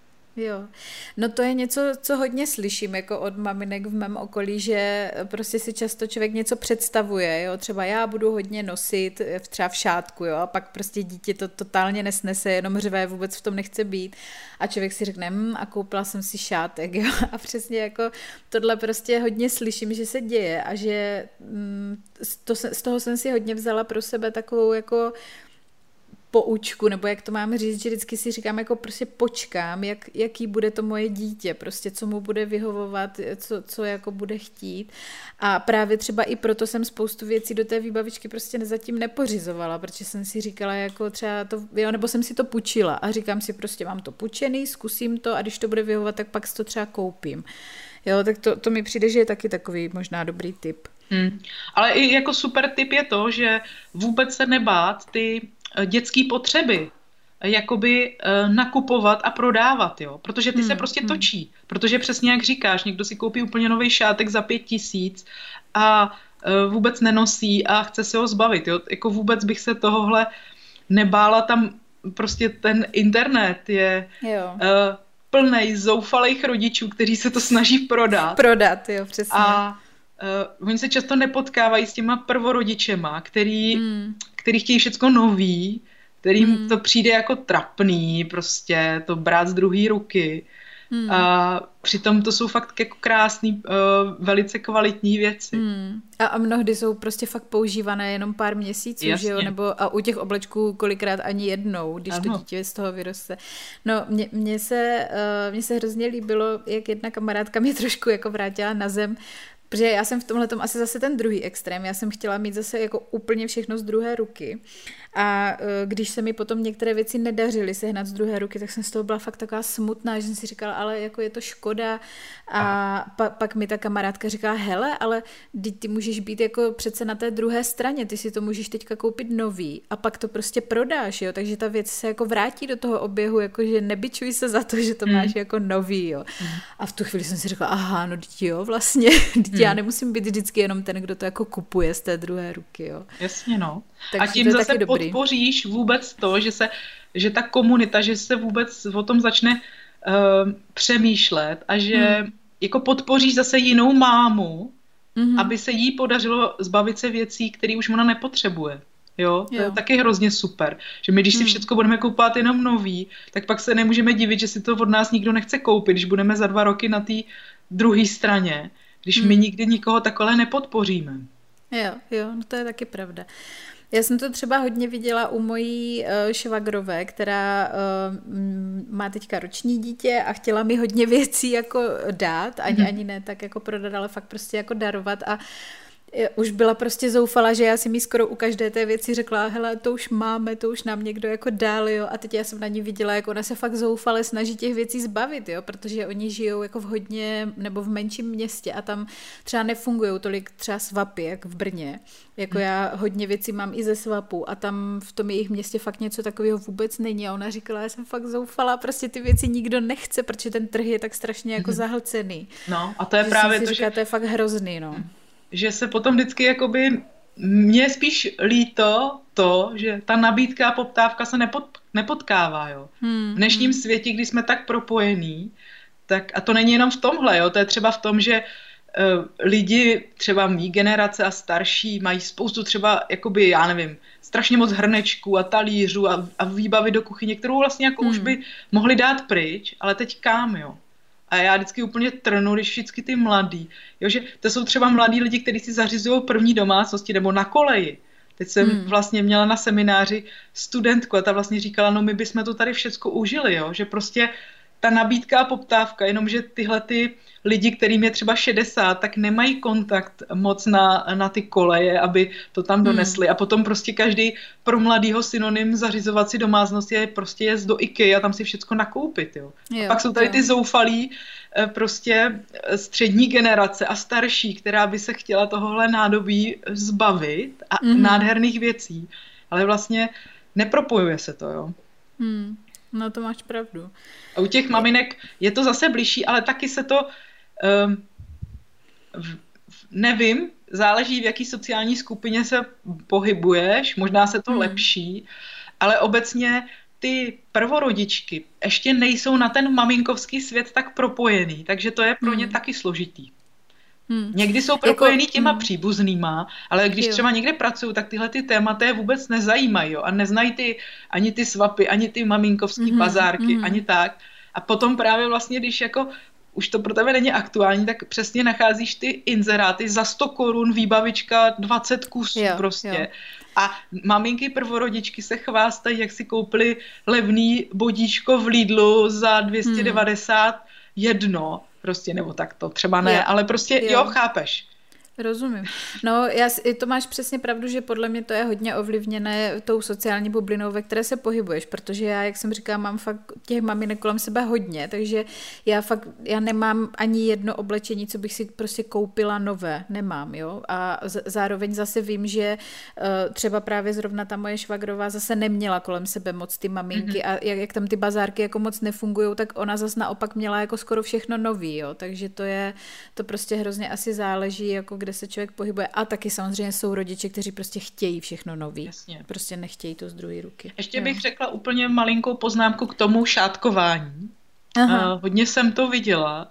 Speaker 2: Jo, no to je něco, co hodně slyším jako od maminek v mém okolí, že prostě si často člověk něco představuje, jo, třeba já budu hodně nosit třeba v šátku, jo, a pak prostě dítě to totálně nesnese, jenom řve, vůbec v tom nechce být a člověk si řekne, hm, a koupila jsem si šátek, jo, a přesně jako tohle prostě hodně slyším, že se děje a že hm, to, z toho jsem si hodně vzala pro sebe takovou jako poučku, nebo jak to mám říct, že vždycky si říkám, jako prostě počkám, jak, jaký bude to moje dítě, prostě co mu bude vyhovovat, co, co jako bude chtít. A právě třeba i proto jsem spoustu věcí do té výbavičky prostě zatím nepořizovala, protože jsem si říkala, jako třeba to, jo, nebo jsem si to půjčila a říkám si prostě mám to půjčený, zkusím to a když to bude vyhovovat, tak pak si to třeba koupím. Jo, tak to, to mi přijde, že je taky takový možná dobrý tip.
Speaker 3: Hmm. Ale i jako super tip je to, že vůbec se nebát ty dětské potřeby jakoby uh, nakupovat a prodávat, jo, protože ty hmm. se prostě hmm. točí, protože přesně jak říkáš, někdo si koupí úplně nový šátek za pět tisíc a uh, vůbec nenosí a chce se ho zbavit, jo, jako vůbec bych se tohohle nebála, tam prostě ten internet je uh, plnej zoufalých rodičů, kteří se to snaží prodat.
Speaker 2: Prodat, jo, přesně.
Speaker 3: A uh, oni se často nepotkávají s těma prvorodičema, který, hmm. který chtějí všecko nový, kterým hmm. to přijde jako trapný, prostě to brát z druhé ruky. Hmm. A přitom to jsou fakt jako krásný, uh, velice kvalitní věci.
Speaker 2: Hmm. A, a mnohdy jsou prostě fakt používané jenom pár měsíců, že jo? Nebo a u těch oblečků kolikrát ani jednou, když ano. to dítě z toho vyroste. No, mně, mně, se, uh, mně se hrozně líbilo, jak jedna kamarádka mě trošku jako vrátila na zem, protože já jsem v tomhletom asi zase ten druhý extrém. Já jsem chtěla mít zase jako úplně všechno z druhé ruky. A když se mi potom některé věci nedařily sehnat z druhé ruky, tak jsem z toho byla fakt taková smutná, že jsem si říkala, ale jako je to škoda. A pa, pak mi ta kamarádka říkala, hele, ale ty, ty můžeš být jako přece na té druhé straně, ty si to můžeš teďka koupit nový a pak to prostě prodáš, jo, takže ta věc se jako vrátí do toho oběhu, jakože nebičuj se za to, že to máš mm. jako nový, jo. Mm. A v tu chvíli jsem si řekla, aha, no teď jo, vlastně, teď mm. já nemusím být vždycky jenom ten, kdo to jako kupuje z té druhé ruky, jo.
Speaker 3: Jasně, no. Takže a tím zase podpoříš vůbec to, že se, že ta komunita, že se vůbec o tom začne uh, přemýšlet a že hmm. jako podpoříš zase jinou mámu, hmm. aby se jí podařilo zbavit se věcí, které už ona nepotřebuje. Jo? To jo. je taky hrozně super. Že my, když si hmm. všechno budeme koupát jenom nový, tak pak se nemůžeme divit, že si to od nás nikdo nechce koupit, když budeme za dva roky na té druhé straně, když hmm. my nikdy nikoho takhle nepodpoříme.
Speaker 2: Jo, jo, no to je taky pravda. Já jsem to třeba hodně viděla u mojí uh, švagrové, která uh, má teďka roční dítě a chtěla mi hodně věcí jako dát, ani, mm. ani ne tak jako prodat, ale fakt prostě jako darovat a už byla prostě zoufala, že já si mi skoro u každé té věci řekla, hele, to už máme, to už nám někdo jako dal, jo, a teď já jsem na ní viděla, jak ona se fakt zoufale snaží těch věcí zbavit, jo, protože oni žijou jako v hodně, nebo v menším městě a tam třeba nefungujou tolik třeba svapy, jak v Brně, jako hmm. já hodně věcí mám i ze svapu a tam v tom jejich městě fakt něco takového vůbec není a ona říkala, já jsem fakt zoufala, prostě ty věci nikdo nechce, protože ten trh je tak strašně jako zahlcený.
Speaker 3: No, a to je
Speaker 2: že
Speaker 3: právě
Speaker 2: to,
Speaker 3: říká,
Speaker 2: že... to je fakt hrozný, no.
Speaker 3: Že se potom vždycky jakoby, mně spíš líto to, že ta nabídka a poptávka se nepod, nepotkává, jo. Hmm, v dnešním hmm. světě, kdy jsme tak propojení, tak, a to není jenom v tomhle, jo, to je třeba v tom, že uh, lidi, třeba mý generace a starší, mají spoustu třeba, jakoby, já nevím, strašně moc hrnečků a talířů a, a výbavy do kuchyně, kterou vlastně jako hmm. už by mohli dát pryč, ale teď kam, jo. A já vždycky úplně trnu, když vždycky ty mladí. Jo, že to jsou třeba mladí lidi, kteří si zařizují první domácnosti nebo na koleji. Teď jsem hmm. vlastně měla na semináři studentku a ta vlastně říkala, no my bychom to tady všecko užili, jo, že prostě ta nabídka a poptávka, jenomže tyhle ty lidi, kterým je třeba šedesát, tak nemají kontakt moc na, na ty koleje, aby to tam donesli. Hmm. A potom prostě každý pro mladýho synonym zařizovací domácnost je prostě jet do IKEA a tam si všecko nakoupit. Jo. Jo, a pak jsou tady jo. ty zoufalí prostě střední generace a starší, která by se chtěla tohohle nádobí zbavit a hmm. nádherných věcí. Ale vlastně nepropojuje se to, jo.
Speaker 2: Hmm. No to máš pravdu.
Speaker 3: A u těch maminek je to zase blížší, ale taky se to, um, v, nevím, záleží, v jaký sociální skupině se pohybuješ, možná se to hmm. lepší, ale obecně ty prvorodičky ještě nejsou na ten maminkovský svět tak propojený, takže to je pro hmm. ně taky složitý. Hmm. Někdy jsou propojený jako, těma hmm. příbuznýma, ale když jo. třeba někde pracují, tak tyhle ty témata je vůbec nezajímají, jo, a neznají ty, ani ty svapy, ani ty maminkovský hmm. bazárky, hmm. ani tak. A potom právě vlastně, když jako už to pro tebe není aktuální, tak přesně nacházíš ty inzeráty za sto korun, výbavička dvacet kusů jo, prostě. Jo. A maminky prvorodičky se chvástají, jak si koupili levný bodíčko v Lidlu za dvě stě devadesát hmm. jedno, prostě, nebo tak to třeba ne, jo. ale prostě jo, jo chápeš.
Speaker 2: Rozumím. No, já, to máš přesně pravdu, že podle mě to je hodně ovlivněné tou sociální bublinou, ve které se pohybuješ, protože já, jak jsem říkala, mám fakt těch maminek kolem sebe hodně, takže já fakt, já nemám ani jedno oblečení, co bych si prostě koupila nové, nemám, jo, a z, zároveň zase vím, že uh, třeba právě zrovna ta moje švagrová zase neměla kolem sebe moc ty maminky mm-hmm. a jak, jak tam ty bazárky jako moc nefungujou, tak ona zase naopak měla jako skoro všechno nový, jo, takže to je, to prostě hrozně asi záleží, jako kde se člověk pohybuje. A taky samozřejmě jsou rodiče, kteří prostě chtějí všechno nový. Jasně. Prostě nechtějí to z druhé ruky.
Speaker 3: Ještě jo. bych řekla úplně malinkou poznámku k tomu šátkování. Uh, hodně jsem to viděla,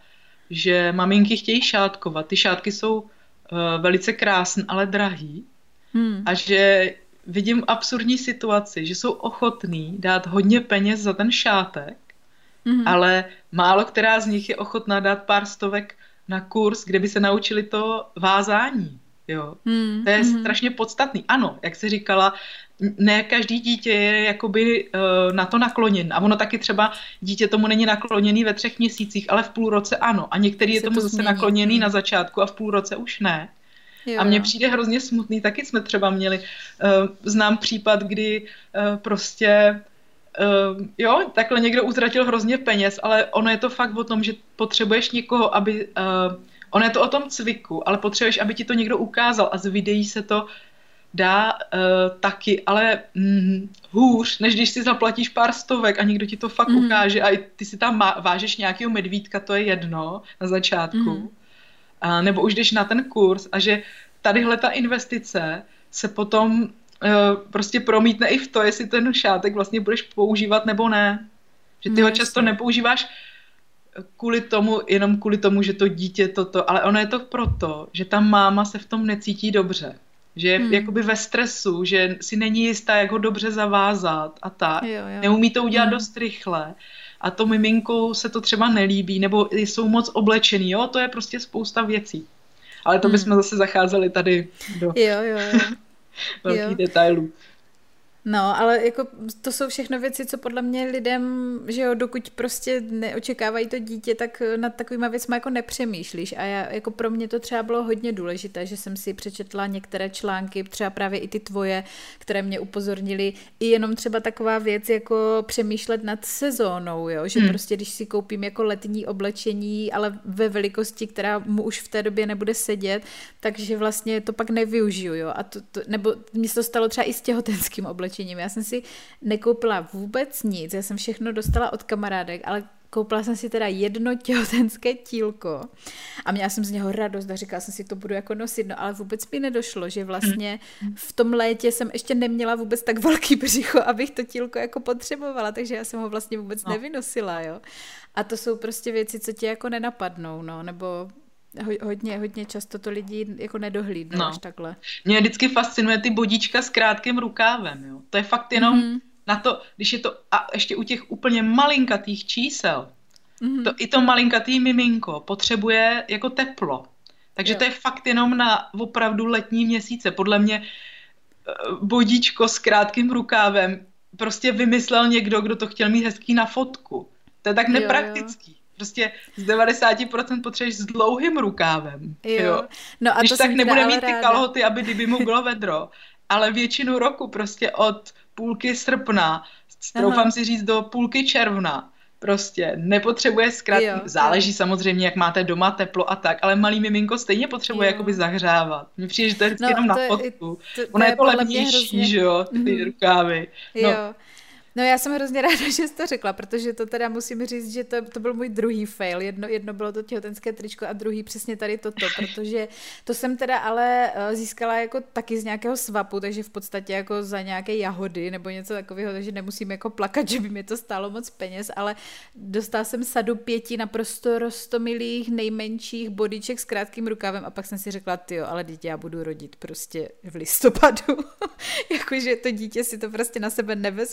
Speaker 3: že maminky chtějí šátkovat. Ty šátky jsou uh, velice krásné, ale drahý. Hmm. A že vidím absurdní situaci, že jsou ochotní dát hodně peněz za ten šátek, hmm. ale málo která z nich je ochotná dát pár stovek na kurz, kde by se naučili to vázání. Jo. Hmm, to je hmm. strašně podstatný. Ano, jak jsi říkala, ne každý dítě je jakoby uh, na to nakloněn. A ono taky třeba dítě tomu není nakloněný ve třech měsících, ale v půl roce ano. A některý je tomu to zase změní. nakloněný hmm. na začátku a v půl roce už ne. Jo, a mně přijde hrozně smutný. Taky jsme třeba měli, uh, znám případ, kdy uh, prostě Uh, jo, takhle někdo utratil hrozně peněz, ale ono je to fakt o tom, že potřebuješ někoho, aby, uh, ono je to o tom cviku, ale potřebuješ, aby ti to někdo ukázal a z videí se to dá uh, taky, ale mm, hůř, než když si zaplatíš pár stovek a někdo ti to fakt mm. ukáže a ty si tam má, vážeš nějakého medvídka, to je jedno na začátku, mm. uh, nebo už jdeš na ten kurz a že tadyhle ta investice se potom prostě promítne i v to, jestli ten šátek vlastně budeš používat nebo ne. Že ty no, ho často nepoužíváš kvůli tomu, jenom kvůli tomu, že to dítě toto, ale ono je to proto, že ta máma se v tom necítí dobře. Že je hmm. jakoby ve stresu, že si není jistá, jak ho dobře zavázat a tak. Jo, jo. Neumí to udělat hmm. dost rychle. A to miminkou se to třeba nelíbí, nebo jsou moc oblečený. Jo, to je prostě spousta věcí. Ale to hmm. bychom zase zacházeli tady do...
Speaker 2: Jo, jo, jo.
Speaker 3: velkých detailů.
Speaker 2: No, ale jako to jsou všechno věci, co podle mě lidem, že jo, dokud prostě neočekávají to dítě, tak nad takovýma věcma jako nepřemýšlíš. A já, jako pro mě to třeba bylo hodně důležité, že jsem si přečetla některé články, třeba právě i ty tvoje, které mě upozornily, i jenom třeba taková věc, jako přemýšlet nad sezónou, jo, že hmm. prostě když si koupím jako letní oblečení, ale ve velikosti, která mu už v té době nebude sedět, takže vlastně to pak nevyužiju, jo. A to, to, nebo mně se to stalo třeba i s těhotenským oblečením. Já jsem si nekoupila vůbec nic, já jsem všechno dostala od kamarádek, ale koupila jsem si teda jedno těhotenské tílko a měla jsem z něho radost a říkala jsem si, to budu jako nosit, no ale vůbec mi nedošlo, že vlastně v tom létě jsem ještě neměla vůbec tak velký břicho, abych to tílko jako potřebovala, takže já jsem ho vlastně vůbec no. nevynosila, jo. A to jsou prostě věci, co tě jako nenapadnou, no, nebo... Hodně, hodně často to lidi jako nedohlídnou no. až takhle.
Speaker 3: Mě vždycky fascinuje ty bodíčka s krátkým rukávem, jo. To je fakt jenom mm-hmm. na to, když je to, a ještě u těch úplně malinkatých čísel, mm-hmm. to, i to malinkatý miminko potřebuje jako teplo. Takže jo. to je fakt jenom na opravdu letní měsíce. Podle mě bodíčko s krátkým rukávem prostě vymyslel někdo, kdo to chtěl mít hezký na fotku. To je tak nepraktický. Jo, jo. Prostě z devadesát procent potřebuješ s dlouhým rukávem. Jo. Jo. No a když to tak nebude mít ty kalhoty, aby kdyby mu bylo vedro. Ale většinu roku prostě od půlky srpna, troufám si říct do půlky června, prostě nepotřebuje zkrát, jo, záleží jo. samozřejmě, jak máte doma teplo a tak, ale malý miminko stejně potřebuje jo. jakoby zahřávat. Mně přijde, že to je vždycky no, jenom na fotku. Ono je to levnější, hrozně... že jo, ty mm-hmm. rukávy. No.
Speaker 2: Jo. No já jsem hrozně ráda, že jsi to řekla, protože to teda musím říct, že to, to byl můj druhý fail. Jedno, jedno bylo to těhotenské tričko a druhý přesně tady toto, protože to jsem teda ale získala jako taky z nějakého swapu, takže v podstatě jako za nějaké jahody nebo něco takového, takže nemusím jako plakat, že by mi to stálo moc peněz, ale dostala jsem sadu pěti naprosto roztomilých nejmenších bodyček s krátkým rukávem a pak jsem si řekla, tyjo, ale dítě já budu rodit prostě v listopadu. Jakože to dítě si to prostě na sebe nevezme, takže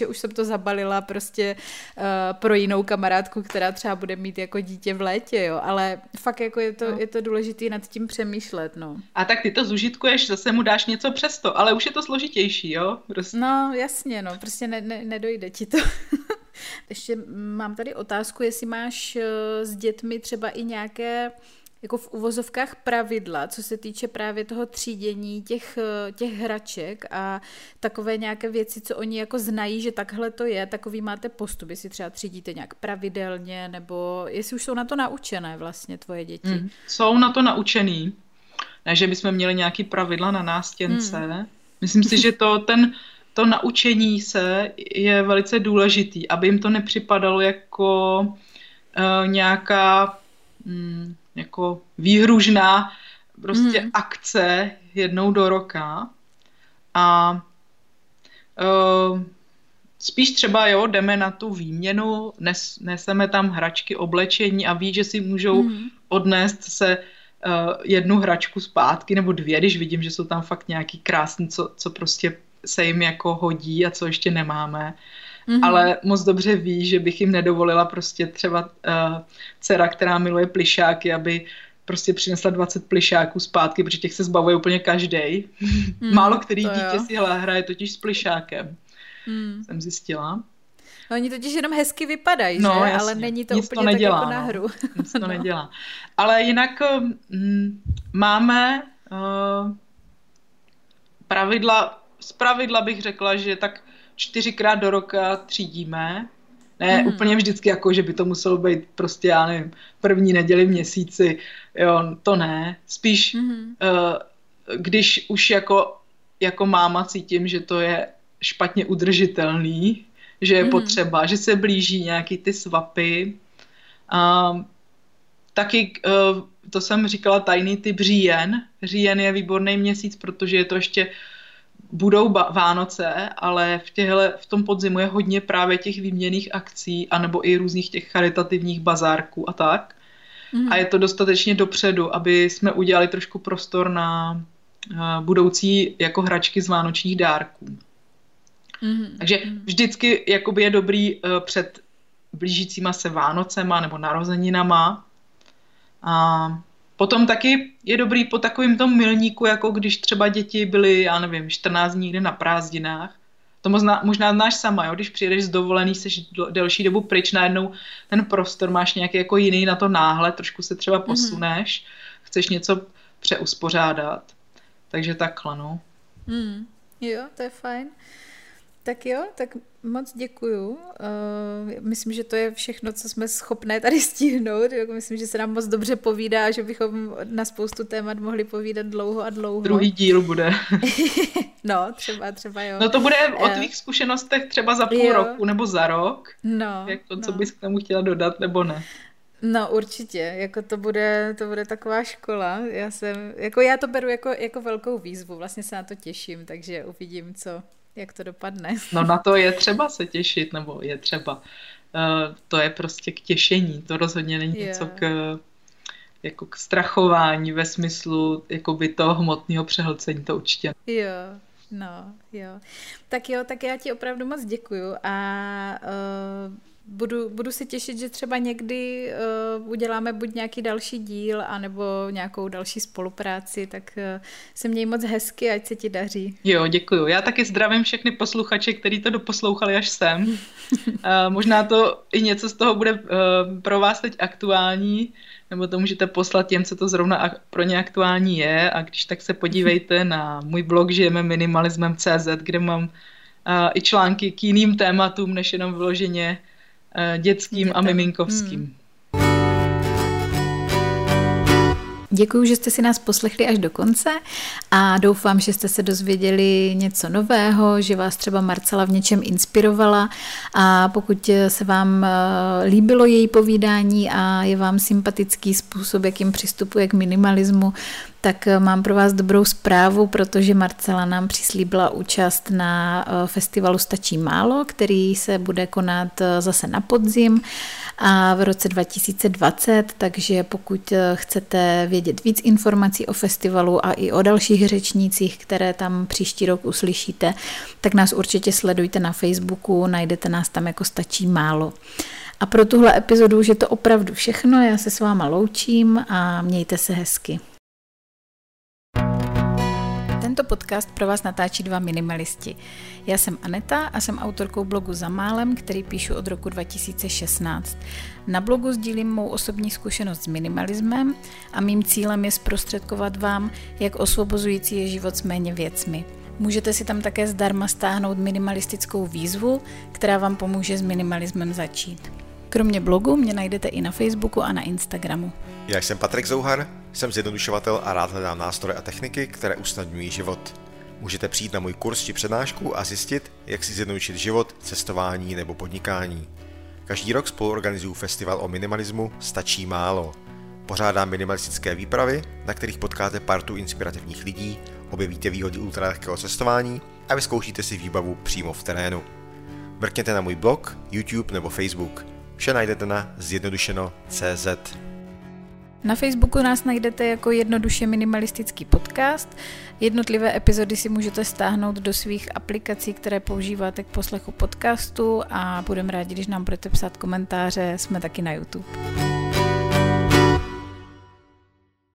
Speaker 2: už jsem to zabalila prostě uh, pro jinou kamarádku, která třeba bude mít jako dítě v létě, jo, ale fakt jako je to, no. je to důležité nad tím přemýšlet, no.
Speaker 3: A tak ty to zužitkuješ, zase mu dáš něco přesto, ale už je to složitější, jo? Prostě.
Speaker 2: No, jasně, no, prostě ne, ne, nedojde ti to. Ještě mám tady otázku, jestli máš s dětmi třeba i nějaké jako v uvozovkách pravidla, co se týče právě toho třídění těch, těch hraček a takové nějaké věci, co oni jako znají, že takhle to je, takový máte postup, jestli třeba třídíte nějak pravidelně, nebo jestli už jsou na to naučené vlastně tvoje děti.
Speaker 3: Mm, jsou na to naučený, ne, že bychom měli nějaký pravidla na nástěnce. Mm. Myslím si, že to ten to naučení se je velice důležitý, aby jim to nepřipadalo jako uh, nějaká mm, jako výhružná prostě mm. akce jednou do roka. A uh, spíš třeba, jo, jdeme na tu výměnu, nes, neseme tam hračky, oblečení a ví, že si můžou mm. odnést se uh, jednu hračku zpátky nebo dvě, když vidím, že jsou tam fakt nějaký krásný, co, co prostě se jim jako hodí a co ještě nemáme. Mm-hmm. Ale moc dobře ví, že bych jim nedovolila prostě třeba uh, dcera, která miluje plyšáky, aby prostě přinesla dvacet plyšáků zpátky, protože těch se zbavuje úplně každej. Mm, Málo který dítě jo. si hraje totiž s plyšákem. Mm. Jsem zjistila.
Speaker 2: No, oni totiž jenom hezky vypadají,
Speaker 3: no,
Speaker 2: že?
Speaker 3: Jasně.
Speaker 2: Ale není to
Speaker 3: Nic
Speaker 2: úplně
Speaker 3: to nedělá,
Speaker 2: tak jako na hru.
Speaker 3: No. Nic to
Speaker 2: no.
Speaker 3: nedělá. Ale jinak mm, máme uh, pravidla. Z pravidla bych řekla, že tak čtyřikrát do roka třídíme. Ne mm. úplně vždycky jako, že by to muselo být prostě, já nevím, první neděli v měsíci. Jo, to ne. Spíš, mm. uh, když už jako, jako máma cítím, že to je špatně udržitelný, že je mm. potřeba, že se blíží nějaký ty svapy. Uh, taky, uh, to jsem říkala, tajný typ říjen. Říjen je výborný měsíc, protože je to ještě budou ba- Vánoce, ale v, těhle, v tom podzimu je hodně právě těch výměnných akcí anebo i různých těch charitativních bazárků a tak. Mm. A je to dostatečně dopředu, aby jsme udělali trošku prostor na uh, budoucí jako hračky z vánočních dárků. Mm. Takže vždycky jakoby je dobrý uh, před blížícíma se Vánocema nebo narozeninama. A potom taky je dobrý po takovým tom milníku, jako když třeba děti byly, já nevím, čtrnáct dní někde na prázdninách. To možná, možná znáš sama, jo? Když přijedeš z dovolený, seš delší dobu pryč, najednou ten prostor máš nějaký jako jiný na to náhled, trošku se třeba posuneš, mm-hmm. chceš něco přeuspořádat. Takže takhle, no.
Speaker 2: Mm, jo, to je fajn. Tak jo, tak moc děkuju. Uh, myslím, že to je všechno, co jsme schopné tady stihnout. Myslím, že se nám moc dobře povídá a že bychom na spoustu témat mohli povídat dlouho a dlouho.
Speaker 3: Druhý díl bude.
Speaker 2: No, třeba, třeba jo.
Speaker 3: No to bude o tvých zkušenostech třeba za půl jo. roku nebo za rok.
Speaker 2: No,
Speaker 3: jak to, co
Speaker 2: no.
Speaker 3: bys k tomu chtěla dodat, nebo ne?
Speaker 2: No určitě, jako to bude, to bude taková škola. Já jsem, jako já to beru jako, jako velkou výzvu, vlastně se na to těším, takže uvidím, co, jak to dopadne.
Speaker 3: No na to je třeba se těšit, nebo je třeba. Uh, to je prostě k těšení, to rozhodně není yeah. něco k, jako k strachování ve smyslu jakoby toho hmotného přehlcení, to určitě.
Speaker 2: Jo, no, jo. Tak jo, tak já ti opravdu moc děkuju a uh, Budu, budu se těšit, že třeba někdy uh, uděláme buď nějaký další díl, anebo nějakou další spolupráci, tak uh, se měj moc hezky, ať se ti daří.
Speaker 3: Jo, děkuju. Já taky zdravím všechny posluchače, kteří to doposlouchali až sem. uh, možná to i něco z toho bude uh, pro vás teď aktuální, nebo to můžete poslat těm, co to zrovna pro ně aktuální je, a když tak se podívejte na můj blog žijeme minimalismem tečka cé zet, kde mám uh, i články k jiným tématům, než jenom vyloženě dětským Dětem. a miminkovským. Hmm.
Speaker 2: Děkuji, že jste si nás poslechli až do konce a doufám, že jste se dozvěděli něco nového, že vás třeba Marcela v něčem inspirovala, a pokud se vám líbilo její povídání a je vám sympatický způsob, jakým přistupuje k minimalismu, tak mám pro vás dobrou zprávu, protože Marcela nám přislíbila účast na festivalu Stačí málo, který se bude konat zase na podzim, a v roce dva tisíce dvacet, takže pokud chcete vědět víc informací o festivalu a i o dalších řečnících, které tam příští rok uslyšíte, tak nás určitě sledujte na Facebooku, najdete nás tam jako Stačí málo. A pro tuhle epizodu už je to opravdu všechno, já se s váma loučím a mějte se hezky. Tento podcast pro vás natáčí dva minimalisti. Já jsem Aneta a jsem autorkou blogu Za málem, který píšu od roku dva tisíce šestnáct. Na blogu sdílím mou osobní zkušenost s minimalismem a mým cílem je zprostředkovat vám, jak osvobozující je život s méně věcmi. Můžete si tam také zdarma stáhnout minimalistickou výzvu, která vám pomůže s minimalismem začít. Kromě blogu mě najdete i na Facebooku a na Instagramu.
Speaker 1: Já jsem Patrik Zouhar, jsem zjednodušovatel a rád hledám nástroje a techniky, které usnadňují život. Můžete přijít na můj kurz či přednášku a zjistit, jak si zjednodušit život, cestování nebo podnikání. Každý rok spoluorganizuju festival o minimalismu Stačí málo. Pořádám minimalistické výpravy, na kterých potkáte partu inspirativních lidí, objevíte výhody ultralehkého cestování a vyzkoušíte si výbavu přímo v terénu. Mrkněte na můj blog, YouTube nebo Facebook. Vše najdete na zjednodušeno tečka cé zet.
Speaker 2: Na Facebooku nás najdete jako Jednoduše minimalistický podcast. Jednotlivé epizody si můžete stáhnout do svých aplikací, které používáte k poslechu podcastu a budeme rádi, když nám budete psát komentáře. Jsme taky na YouTube.